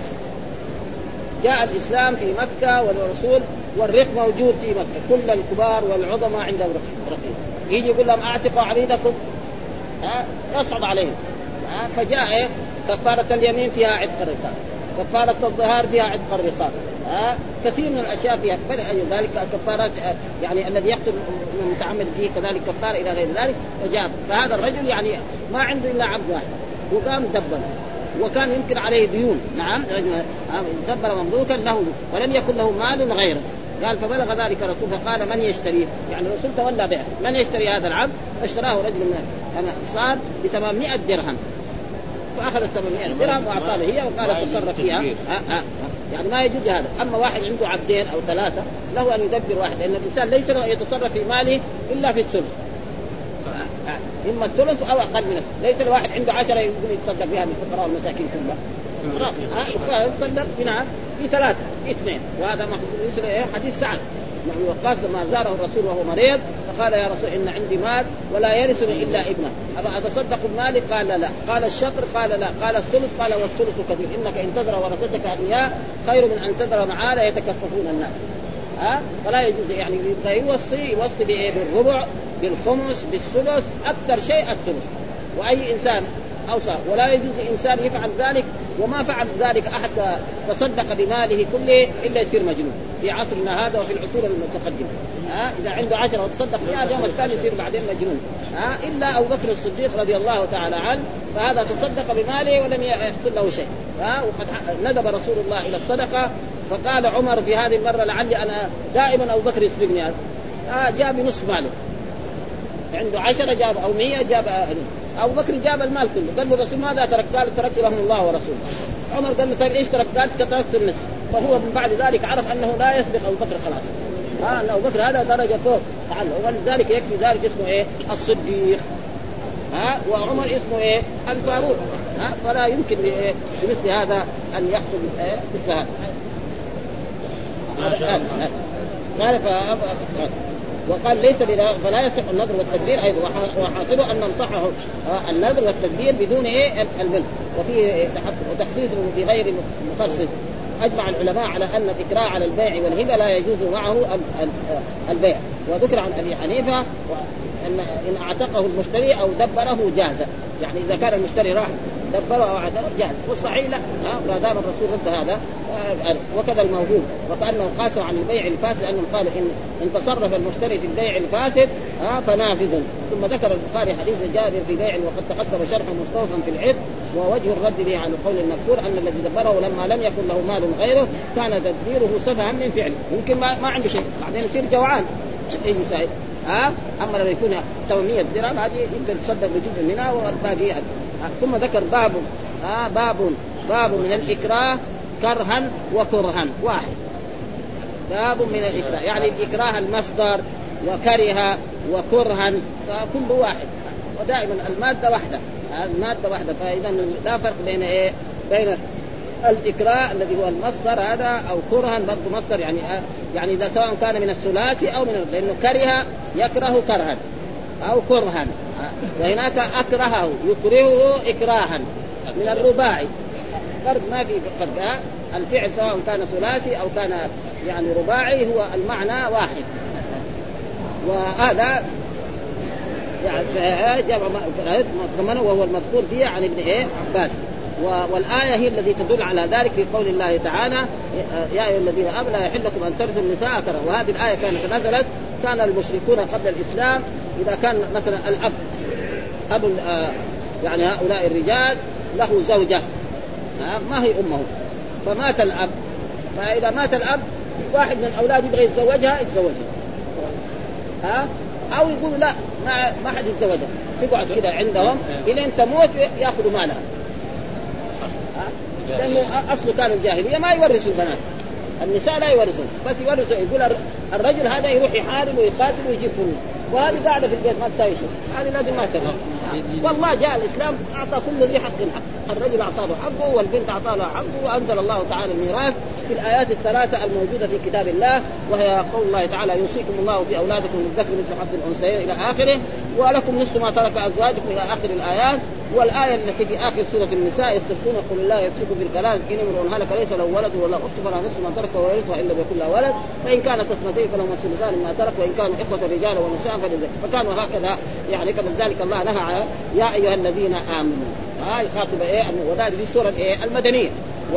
جاء الاسلام في مكه والرسول والرق موجود في مكه كل الكبار والعظماء عندهم رقيق يجي يقول لهم اعتقوا عريضكم ها يصعب عليهم. فجاء إيه؟ كفارة اليمين فيها عتق الرقاب كفارة الظهار فيها عتق الرقاب ها كثير من الأشياء فيها ذلك كفارات يعني الذي يقتل متعمد فيه كذلك كفارة إلى غير ذلك. وجاب فهذا الرجل يعني ما عنده إلا عبد واحد وقام دبر وكان يمكن عليه ديون. نعم رجل دبر مملوكا له ولم يكن له مال غيره. قال فبلغ ذلك رسول فقال من يشتريه يعني الرسول تولى بيعه من يشتري هذا العبد فاشتراه رجل من الأنصار بثمانمائة درهم فأخذ الثمانمائة درهم وأعطاه هي وقال تصرف فيها. ها ها يعني ما يجوز هذا. أما واحد عنده عبدين أو ثلاثة له أن يدبر واحد لأن الإنسان ليس له أن يتصرف في ماله إلا في الثلث إما الثلث أو أقل منه. ليس الواحد عنده عشرة يقوم يتصدق بها للفقراء والمساكين كلها يتصدق بناء في ثلاثة في اثنين. وهذا مثل حديث سعد بن وقاص لما زاره الرسول وهو مريض فقال يا رسول إن عندي مال ولا يرثني إلا ابنه أبا أتصدق بمالي؟ قال لا. قال الشطر؟ قال لا. قال الثلث؟ قال والثلث كثير إنك إن تذر ورثتك أغنياء خير من أن تذر معالا يتكففون الناس. ها فلا يجوز يعني يوصي يوصي بإيه بالربع بالخمس بالسدس أكثر شيء الثلث. وأي إنسان أوصى ولا يجوز إنسان يفعل ذلك وما فعل ذلك أحد تصدق بماله كله إلا يصير مجنون في عصرنا هذا وفي العصور المتقدمة. ها إذا عنده عشرة وتصدق بها اليوم الثاني يصير بعدين مجنون. ها إلا أبو بكر الصديق رضي الله تعالى عنه فهذا تصدق بماله ولم يحصل له شيء. ها وقد ندب رسول الله إلى الصدقة فقال عمر في هذه المرة لعلي أنا دائما أبو بكر يسبقني هذا. ها جاب نصف ماله عنده عشرة جاب أو مية جاب أهله. أبو بكر جاب المال كله قال له الرسول ماذا ترك؟ قال تركت لهم الله ورسوله. عمر قال له طيب إيش ترك؟ قال تركت النصف. فهو من بعد ذلك عرف أنه لا يسبق أبو بكر خلاص. ها أن أبو بكر هذا درجة فوق تعالى ولذلك يكفي ذلك اسمه إيه الصديق. ها وعمر اسمه إيه الفاروق. ها فلا يمكن بمثل هذا أن يحصل إيه مثل هذا. قال وقال ليس فلا يصح النذر والتدبير أيضا وحاصله أن ننصحه النذر والتدبير بدون إيه الملك وفيه تخصيص بغير مخصص أجمع العلماء على أن الإكراه على البيع والهبة لا يجوز معه البيع. وذكر عن أبي حنيفة أن إن أعتقه المشتري أو دبره جاز، يعني إذا كان المشتري راح دبره أو اعتقه جاز. والصحيح لا، ما دام الرسول رد هذا. وكذا الموجود، وكأنه قاسوا عن البيع الفاسد أنه قال إن إن تصرف المشتري في البيع الفاسد فنافذ. ثم ذكر البخاري حديث جابر في بيع وقد تقدم شرحه مستوفا في العد، ووجه الرد به عن القول المذكور أن الذي دبره لما لم يكن له مال غيره كان تدبيره سفها من فعله، ممكن ما, ما عنده شيء بعدين يصير جوعان أي سائل. ها أما لما يكون ثمانمائة درهم هذه يقدر يتصدق بجزء منها والباقي يعني. ثم ذكر باب ها باب باب من الإكراه كرها وكرها واحد. باب من الإكراه يعني الإكراه المصدر وكره وكرها فكل واحد، ودائما المادة واحدة، المادة واحدة. فإذا لا فرق بين إيه بين الإكراه الذي هو المصدر هذا أو كرها برضو مصدر، يعني يعني إذا سواء كان من الثلاثي أو من، لأنه كره يكره كرها أو كرها، وهناك أكرهه يكرهه إكراها من الرباعي. فرق ما في فرق، الفعل سواء كان ثلاثي أو كان يعني رباعي هو المعنى واحد. وهذا يعني جاء ضمنه وهو المذكور فيه عن ابن إيه عباس. والآية هي التي تدل على ذلك في قول الله تعالى يا أيها الذين آمنوا لا يحل لكم أن ترثوا النساء كرها. وهذه الآية كانت نزلت كان المشركون قبل الإسلام إذا كان مثلا الأب أب يعني هؤلاء الرجال له زوجة ما هي أمه فمات الأب، فإذا مات الأب واحد من الأولاد يبغى يتزوجها يتزوجها، ها أو يقول لا ما ما حد يتزوجها، تقعد كده عندهم إلى أن تموت يأخذوا مالها. لأنه أصله كان الجاهلية ما يورثوا البنات، النساء لا يورثون، بس يورثوا يقول الرجل هذا يروح يحارب ويقاتل ويجيب فلوس، وهذه قاعدة في البيت ما تساوي شيء، هذه لازم ما تبغى. والله جاء الإسلام أعطى كل ذي حق حق، الرجل أعطاه حقه والبنت أعطاه له حقه، وأنزل الله تعالى الميراث في الآيات الثلاثة الموجودة في كتاب الله، وهي قول الله تعالى يوصيكم الله في أولادكم للذكر مثل حظ الأنثيين إلى آخره، ولكم نصف ما ترك أزواجكم إلى آخر الآيات. والآية التي في آخر سورة النساء يستفتون قل الله يفتيكم في الكلام إن امرؤ هلك ليس له ولد ولا أخت فلا نصف ما ترك ويرثها إلا بيكون له ولد، فإن كانت اثنتين فلهما الثلثان مما ترك وإن كانوا إخوة رجال ونساء فلذلك. فكانوا هكذا يعني. فلذلك الله نهى يا أيها الذين آمنوا، هاي آه خاطبة إيه وذلك في سورة إيه المدنية،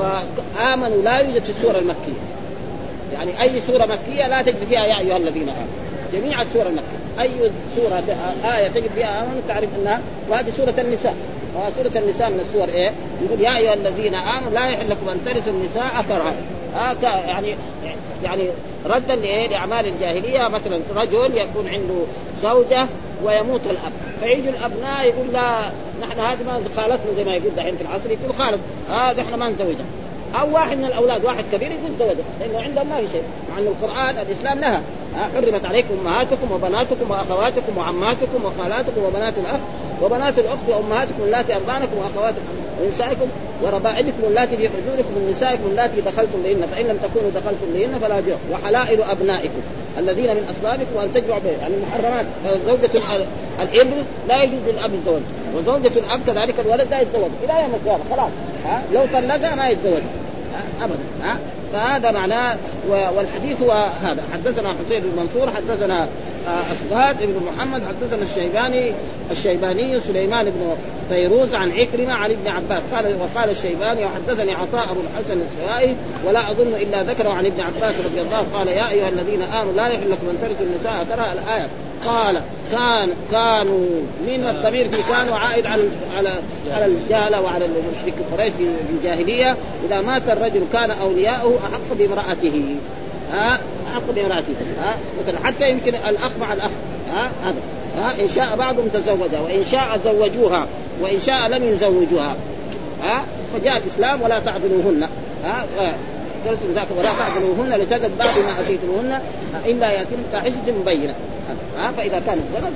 وآمنوا لا يوجد في السورة المكية، يعني أي سورة مكية لا تجد فيها يا أيها الذين آمنوا، جميع السورة المكية أي سورة آية تجد فيها آمنوا تعرف أنها، وهذه سورة النساء. وسورة النساء من السور إيه يقول يا أيها الذين آمنوا لا يحل لكم أن ترثوا النساء كرها، آه يعني يعني ردا لإيه لأعمال الجاهلية. مثلا رجل يكون عنده زوجة ويموت الأب، فيجي الأبناء يقول لا نحن هذه ما خالتنا زي ما يقول دحين في العصر يقول خالد هذا آه احنا ما نزوجها، أو واحد من الأولاد واحد كبير يقول زوجها لأنه عندهم ما في شيء، مع أن القرآن الإسلام لها آه حرمت عليكم أمهاتكم وبناتكم وأخواتكم وعماتكم وخالاتكم وبنات الأخ وبنات الأخت وأمهاتكم اللاتي أرضعنكم وأخواتكم ونسائكم وربائبكم اللاتي في حجوركم من نسائكم اللاتي دخلتم بهن فإن لم تكونوا دخلتم بهن فلا جناح، وحلائل أبنائكم الذين من أصلابكم وأن تجمعوا بين يعني المحرمات. زوجة الابن لا يجوز للأب الزواج، وزوجة الأب كذلك الولد لا يتزوج إلى يوم القيامة خلاص، ها لو طلقها ما يتزوج أبدا. ها فهذا معناه. والحديث هو هذا. حدثنا حسين بن منصور حدثنا أصبهات بن محمد حدثنا الشيباني الشيباني سليمان بن فيروز عن عكرمة عن ابن عباس قال وقال الشيباني وحدثني عطاء أبو الحسن السوائي ولا أظن إلا ذكره عن ابن عباس رضي الله عنه قال يا أيها الذين آمنوا لا يحل لكم أن ترثوا النساء ترى الآية. قال كان كانوا من الضمير في كانوا عائد على على على الجهله وعلى المشرك قريش في الجاهليه. إذا مات الرجل كان أولياؤه أحق بامرأته، ها أحق بامرأته، ها مثلا حتى يمكن الأخ مع الأخ، ها هذا ها إن شاء بعضهم تزوجها وإن شاء زوجوها وإن شاء لم يزوجوها، ها فجاء الإسلام ولا تعذلوهن، ها ذاك ولا تعذلوهن لتذهب بعض ما أتيتموهن إلا يأتين فاحشة مبينة. ها فإذا كانت زوج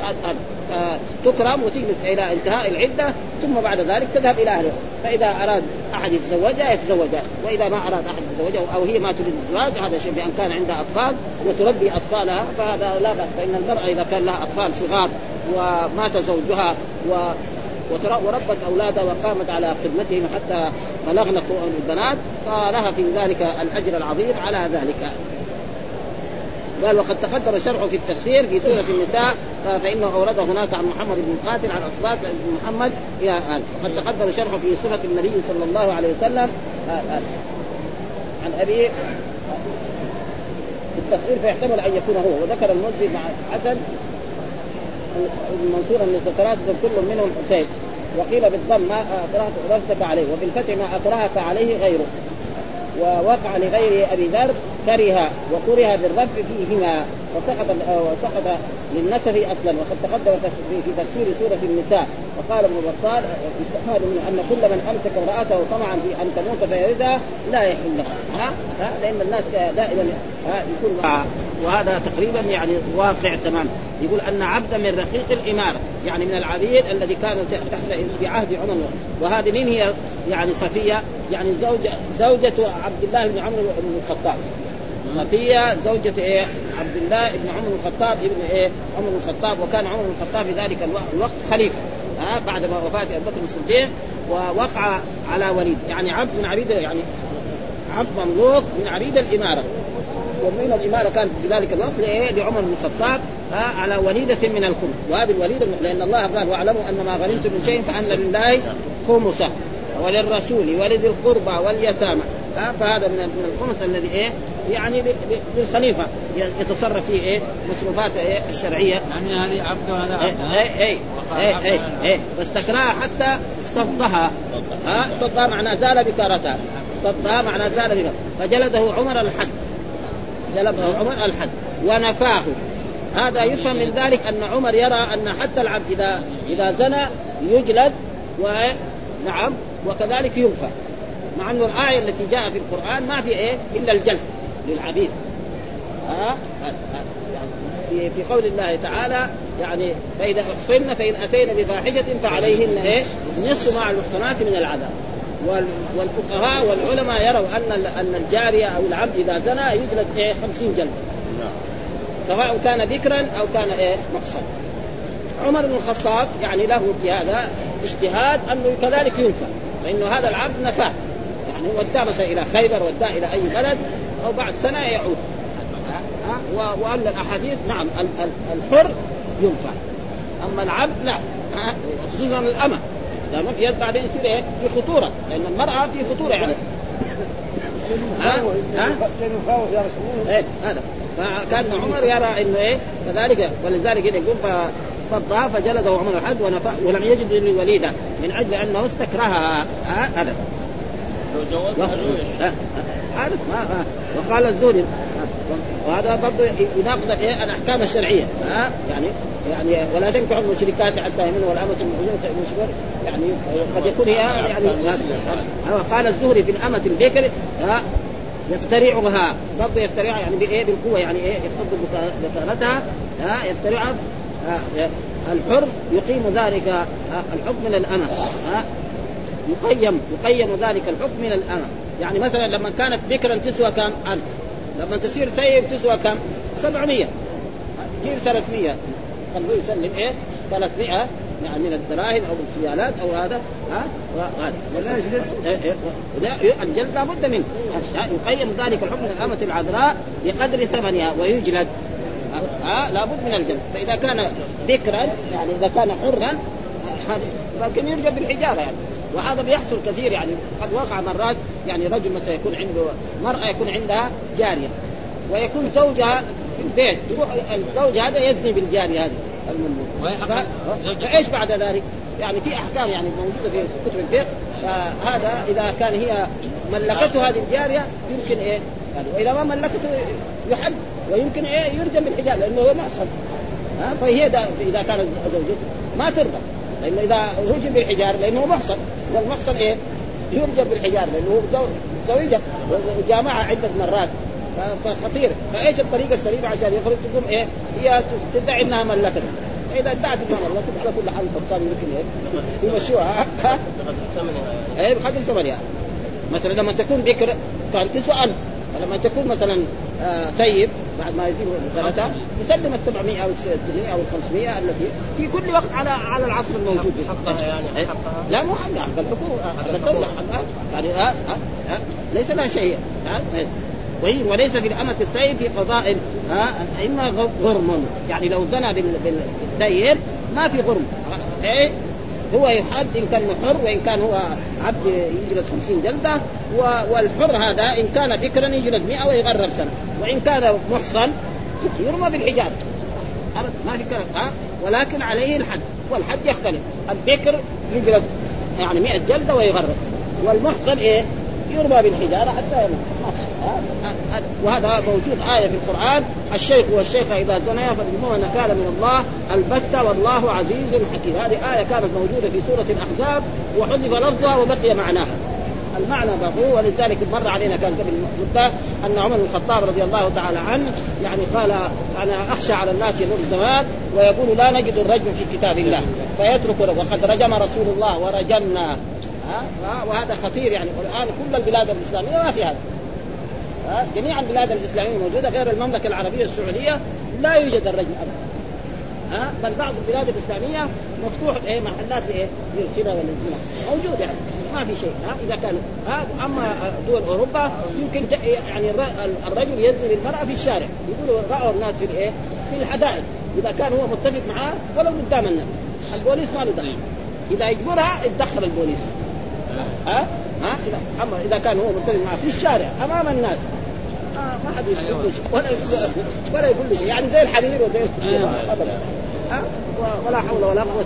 تكرم وتجلس إلى انتهاء العدة ثم بعد ذلك تذهب إلى أهلها، فإذا أراد أحد يتزوجها يتزوجها، وإذا ما أراد أحد يتزوجها أو هي ما تريد الزواج هذا شيء بأن كان عندها أطفال وتربي أطفالها فهذا لا بأس. فإن المرأة إذا كان لها أطفال صغار ومات زوجها و وربت أولادها وقامت على خدمتهم حتى بلغن البنات فلها في ذلك الأجر العظيم على ذلك. قال وقد تقدم شرحه في التفسير في سورة النساء فإنه أورد هناك عن محمد بن قاتل عن أصباط بن محمد إلى الآن. وقد تقدم شرحه في سورة النبي صلى الله عليه وسلم الآن عن أبي التفسير فيحتمل أن يكون هو. وذكر المنذر مع حسن المنصور أن ثلاثة كل منهم حسين وقيل بالضم ما أكرهت رفضك عليه وبالفتح ما أكرهك عليه غيره. ووقع لغير أبي ذر كره وكره بالرفع فيهما وسقط وسقط للنسب أصلا. وقد تقدم في تفسير سورة النساء وقال ابن بطال يستفاد من أن كل من أمسك امرأته طمعا في أن تموت فيردها لا يحل له ها لأن الناس دائما يكون وهذا تقريبا يعني واقع تمام. يقول أن عبدا من رقيق الإمارة يعني من العبيد الذي كانوا تحت في عهد عمر. وهذه من هي يعني صفية يعني زوجة زوجة عبد الله بن عمرو بن الخطاب. صفية زوجة إيه عبد الله بن عمر بن الخطاب ابن إيه عمر بن الخطاب. وكان عمر بن الخطاب في ذلك الوقت خليفة ها بعد ما وفاة أبي بكر الصديق. ووقع على وليد يعني عبد من عبيد يعني عبد مملوك من عبيد الإمارة. ومن الإمارة كانت في ذلك الوقت لإيه لعمر بن الخطاب على وليدة من الخمس. وهذه الوليدة لأن الله قال واعلموا أن ما غنمتم من شيء فأن لله خمسه وللرسول ولذي القربى واليتامى. فهذا من الخمس الذي إيه يعني للخليفة يتصرف فيه إيه مصروفات إيه الشرعية. يعني هذه عبد وهذا عبد. إيه إيه إيه إيه إيه بس تكرهها حتى استضها ها استضها معناه زال بكارتها استضها معناه زال بكارتها. فجلده عمر الحد جلده عمر الحد ونفاه. هذا يفهم من ذلك أن عمر يرى أن حتى العبد إذا إذا زنى يجلد ونعم وكذلك ينفى. مع أن الآية التي جاء في القرآن ما في إيه إلا الجلد للعبيد. ها يعني في قول الله تعالى يعني فإذا أحصن فإن أتينا بفاحشة فعليهن إيه نصف مع المحصنات من العذاب. والفقهاء والعلماء يروا أن أن الجارية أو العبد إذا زنى يجلد إيه خمسين جلد سواء كان ذكرا أو كان إيه مقصد. عمر بن الخطاب يعني له في هذا اجتهاد أنه كذلك ينفى فإنه هذا العبد نفاه يعني وداه مثلا إلى خيبر وداه إلى أي بلد أو بعد سنة يعود. وأن الأحاديث نعم الحر ينفى أما العبد لا خصوصا الأمة لأنه في يد بعدين يصير إيه في خطورة لأن المرأة في خطورة يعني ها ها إيه هذا. فكان عمر يرى إنه إيه كذلك ولذلك يقول ففضها فجلده عمر الحد ونفى ولم يجد للوليدة من أجل أنه استكرهها هذا. عارف ما وقال الزهري وهذا برضه يناقض إيه الأحكام الشرعية ها يعني يعني ولا تنكحوا المشركات حتى يؤمنوا والأمة المؤمنة يعني قد يكون هي يعني قال الزهري في الأمة البكر يفترعها برضه يفترعها يعني بإيه بالقوة يعني إيه يفقد بكارتها ها يفترعها الحر يقيم ذلك الحكم من الأمة ها يقيم يقيم ذلك الحكم من الأمة. يعني مثلا لما كانت بكرا تسوى كم ألف لما تصير ثيب تسوى كم سبعمية تجيب ثلاثمية خلوه يسلم إيه ثلاثمية يعني من الدراهم أو الخيالات أو هذا ها ولا الجلد لا بد منه يقيم ذلك الحكم من الأمة العذراء بقدر ثمنها ويجلد ها لا بد من الجلد. فإذا كان بكرا يعني إذا كان حرا لكن يرجع بالحجارة يعني. وهذا بيحصل كثير يعني قد وقع مرات يعني رجل مثلا يكون عنده مرأة يكون عندها جارية ويكون زوجها في البيت يروح الزوج هذا يزني بالجارية هذه المملوكة فإيش بعد ذلك يعني في أحكام يعني موجودة في كتب الفقه. فهذا إذا كان هي ملكته هذه الجارية يمكن إيه وإذا ما ملكته يحد ويمكن إيه يرجم بالحجاب لأنه هو معصب ها فهي إذا كان زوجته ما ترضى لأنه إذا هجم بالحجار لأنه محصن والمحصن إيه يرجم بالحجار لأنه زوجة وجامعها عدة مرات فخطير. فإيش الطريقة السليمة عشان يخرج تقوم إيه هي تدعي إنها ملكته. إذا ادعت إنها ملكته على كل حال القبطان يمكن إيه يمشوها ها إيه بقدر ثمنها. مثلا لما تكون بكر كان تسوى ألف ولما تكون مثلا آه ثيب بعد ما يزيد ثلاثة يسلم السبعمائة أو الستمائة أو الخمسمائة التي في كل وقت على على العصر الموجود. حقها يعني حقها لا مو حقها حق الحكومة حق الدولة حقها يعني ها ها ها ليس لها شيء ها وليس في الأمة الثيب في قضاء ها إما غرم يعني لو زنى بالثيب ما في غرم إيه هو يحد إن كان حر وإن كان هو عبد يجلد خمسين جلدة والحر هذا إن كان بكرا يجلد مئة ويغرب سنة وإن كان محصن يرمى بالحجاب ما في كلام ها ولكن عليه الحد والحد يختلف البكر يجلد يعني مئة جلدة ويغرب والمحصن إيه يرمى بالحجارة حتى يموت. وهذا موجود آية في القرآن الشيخ والشيخة إذا زنيا فارجموهما نكالا من الله البتة والله عزيز حكيم. هذه آية كانت موجودة في سورة الأحزاب وحذف لفظها وبقي معناها المعنى بقي. ولذلك مر علينا كان قبل مدة أن عمر بن الخطاب رضي الله تعالى عنه يعني قال أنا أخشى على الناس يمر الزمان ويقول لا نجد الرجم في كتاب الله فيترك وقد رجم رسول الله ورجمنا وهذا خطير يعني. الآن كل البلاد الإسلامية ما في هذا جميع البلاد الإسلامية موجودة غير المملكة العربية السعودية لا يوجد الرجم أبدا ها بل بعض البلاد الإسلامية مفتوح إيه محلات إيه للخنا والزنا موجود يعني ما في شيء ها إذا كان ها. أما دول أوروبا يمكن يعني الرجل يزني بالمرأة في الشارع يقولوا رأوا الناس في الإيه في الحدائق إذا كان هو متفق معاه ولو قدام الناس البوليس ما له دخل إذا يجبرها يتدخل البوليس ها ها إذا أما إذا كان هو متفق معاه في الشارع أمام الناس آه ما حد يقول له شيء ولا يقول ولا يقول له شيء يعني زي الحرير وزي أبدا ها ولا حول ولا قوة.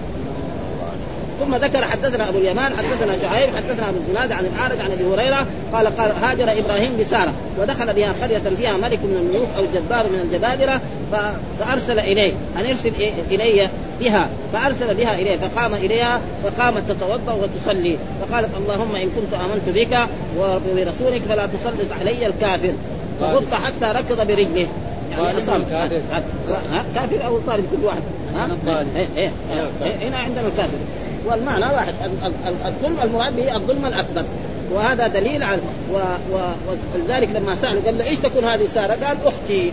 ثم ذكر حدثنا أبو اليمان حدثنا شعيب حدثنا أبو الزناد عن الأعرج عن أبي هريرة قال قال هاجر إبراهيم بسارة ودخل بها قرية فيها ملك من الملوك أو جبار من الجبابرة فأرسل إليه أن يرسل إلي بها فأرسل بها إليه فقام إليها فقامت تتوضأ وتصلي فقالت اللهم إن كنت آمنت بك وبرسولك فلا تسلط علي الكافر فغط حتى ركض برجله يعني أصاب كافر. كافر أو طالب كل واحد هنا عندنا الكافر والمعنى واحد الظلم المراد به الظلم الأكبر. وهذا دليل على وذلك لما سألوا قال له إيش تكون هذه سارة قال أختي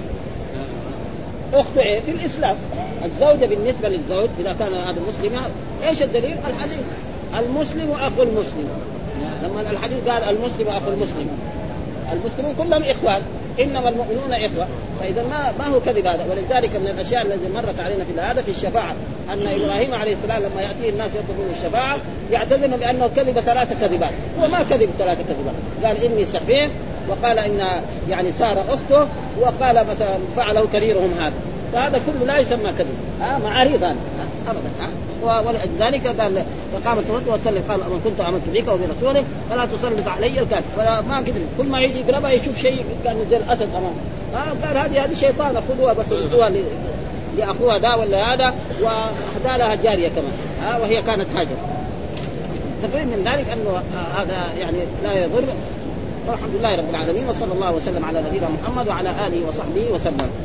أخته إيه في الإسلام الزوجة بالنسبة للزوج إذا كان هذا مسلم إيش الدليل الحديث المسلم أخو المسلم لما الحديث قال المسلم أخو المسلم المسلمون كلهم إخوان إنما المؤمنون إخوة فإذا ما ما هو كذب هذا. ولذلك من الأشياء التي مرت علينا في هذا في الشفاعة أن إبراهيم عليه السلام لما يأتيه الناس يطلبون الشفاعة يعتذرون بأنه كذب ثلاثة كذبات وما كذب ثلاثة كذبات قال إني سفيه وقال إن يعني سارة أخته وقال مثلا فعله كبيرهم هذا فهذا كله لا يسمى كذب ها معارض هذا أبدا ها. ولذلك قال فقامت وتصلي قال أن كنت آمنت بك وبرسولك فلا تسلط علي الكافر فلا ما قدر كل ما يجي يقربها يشوف شيء كان زي الأسد أمامه ها قال هذه هذه شيطان خذوها بس ردوها لأخوها دا ولا هذا وأهدى لها جارية كمان ها وهي كانت هاجر. تفهم من ذلك أنه هذا يعني لا يضر. والحمد لله رب العالمين وصلى الله وسلم على نبينا محمد وعلى آله وصحبه وسلم.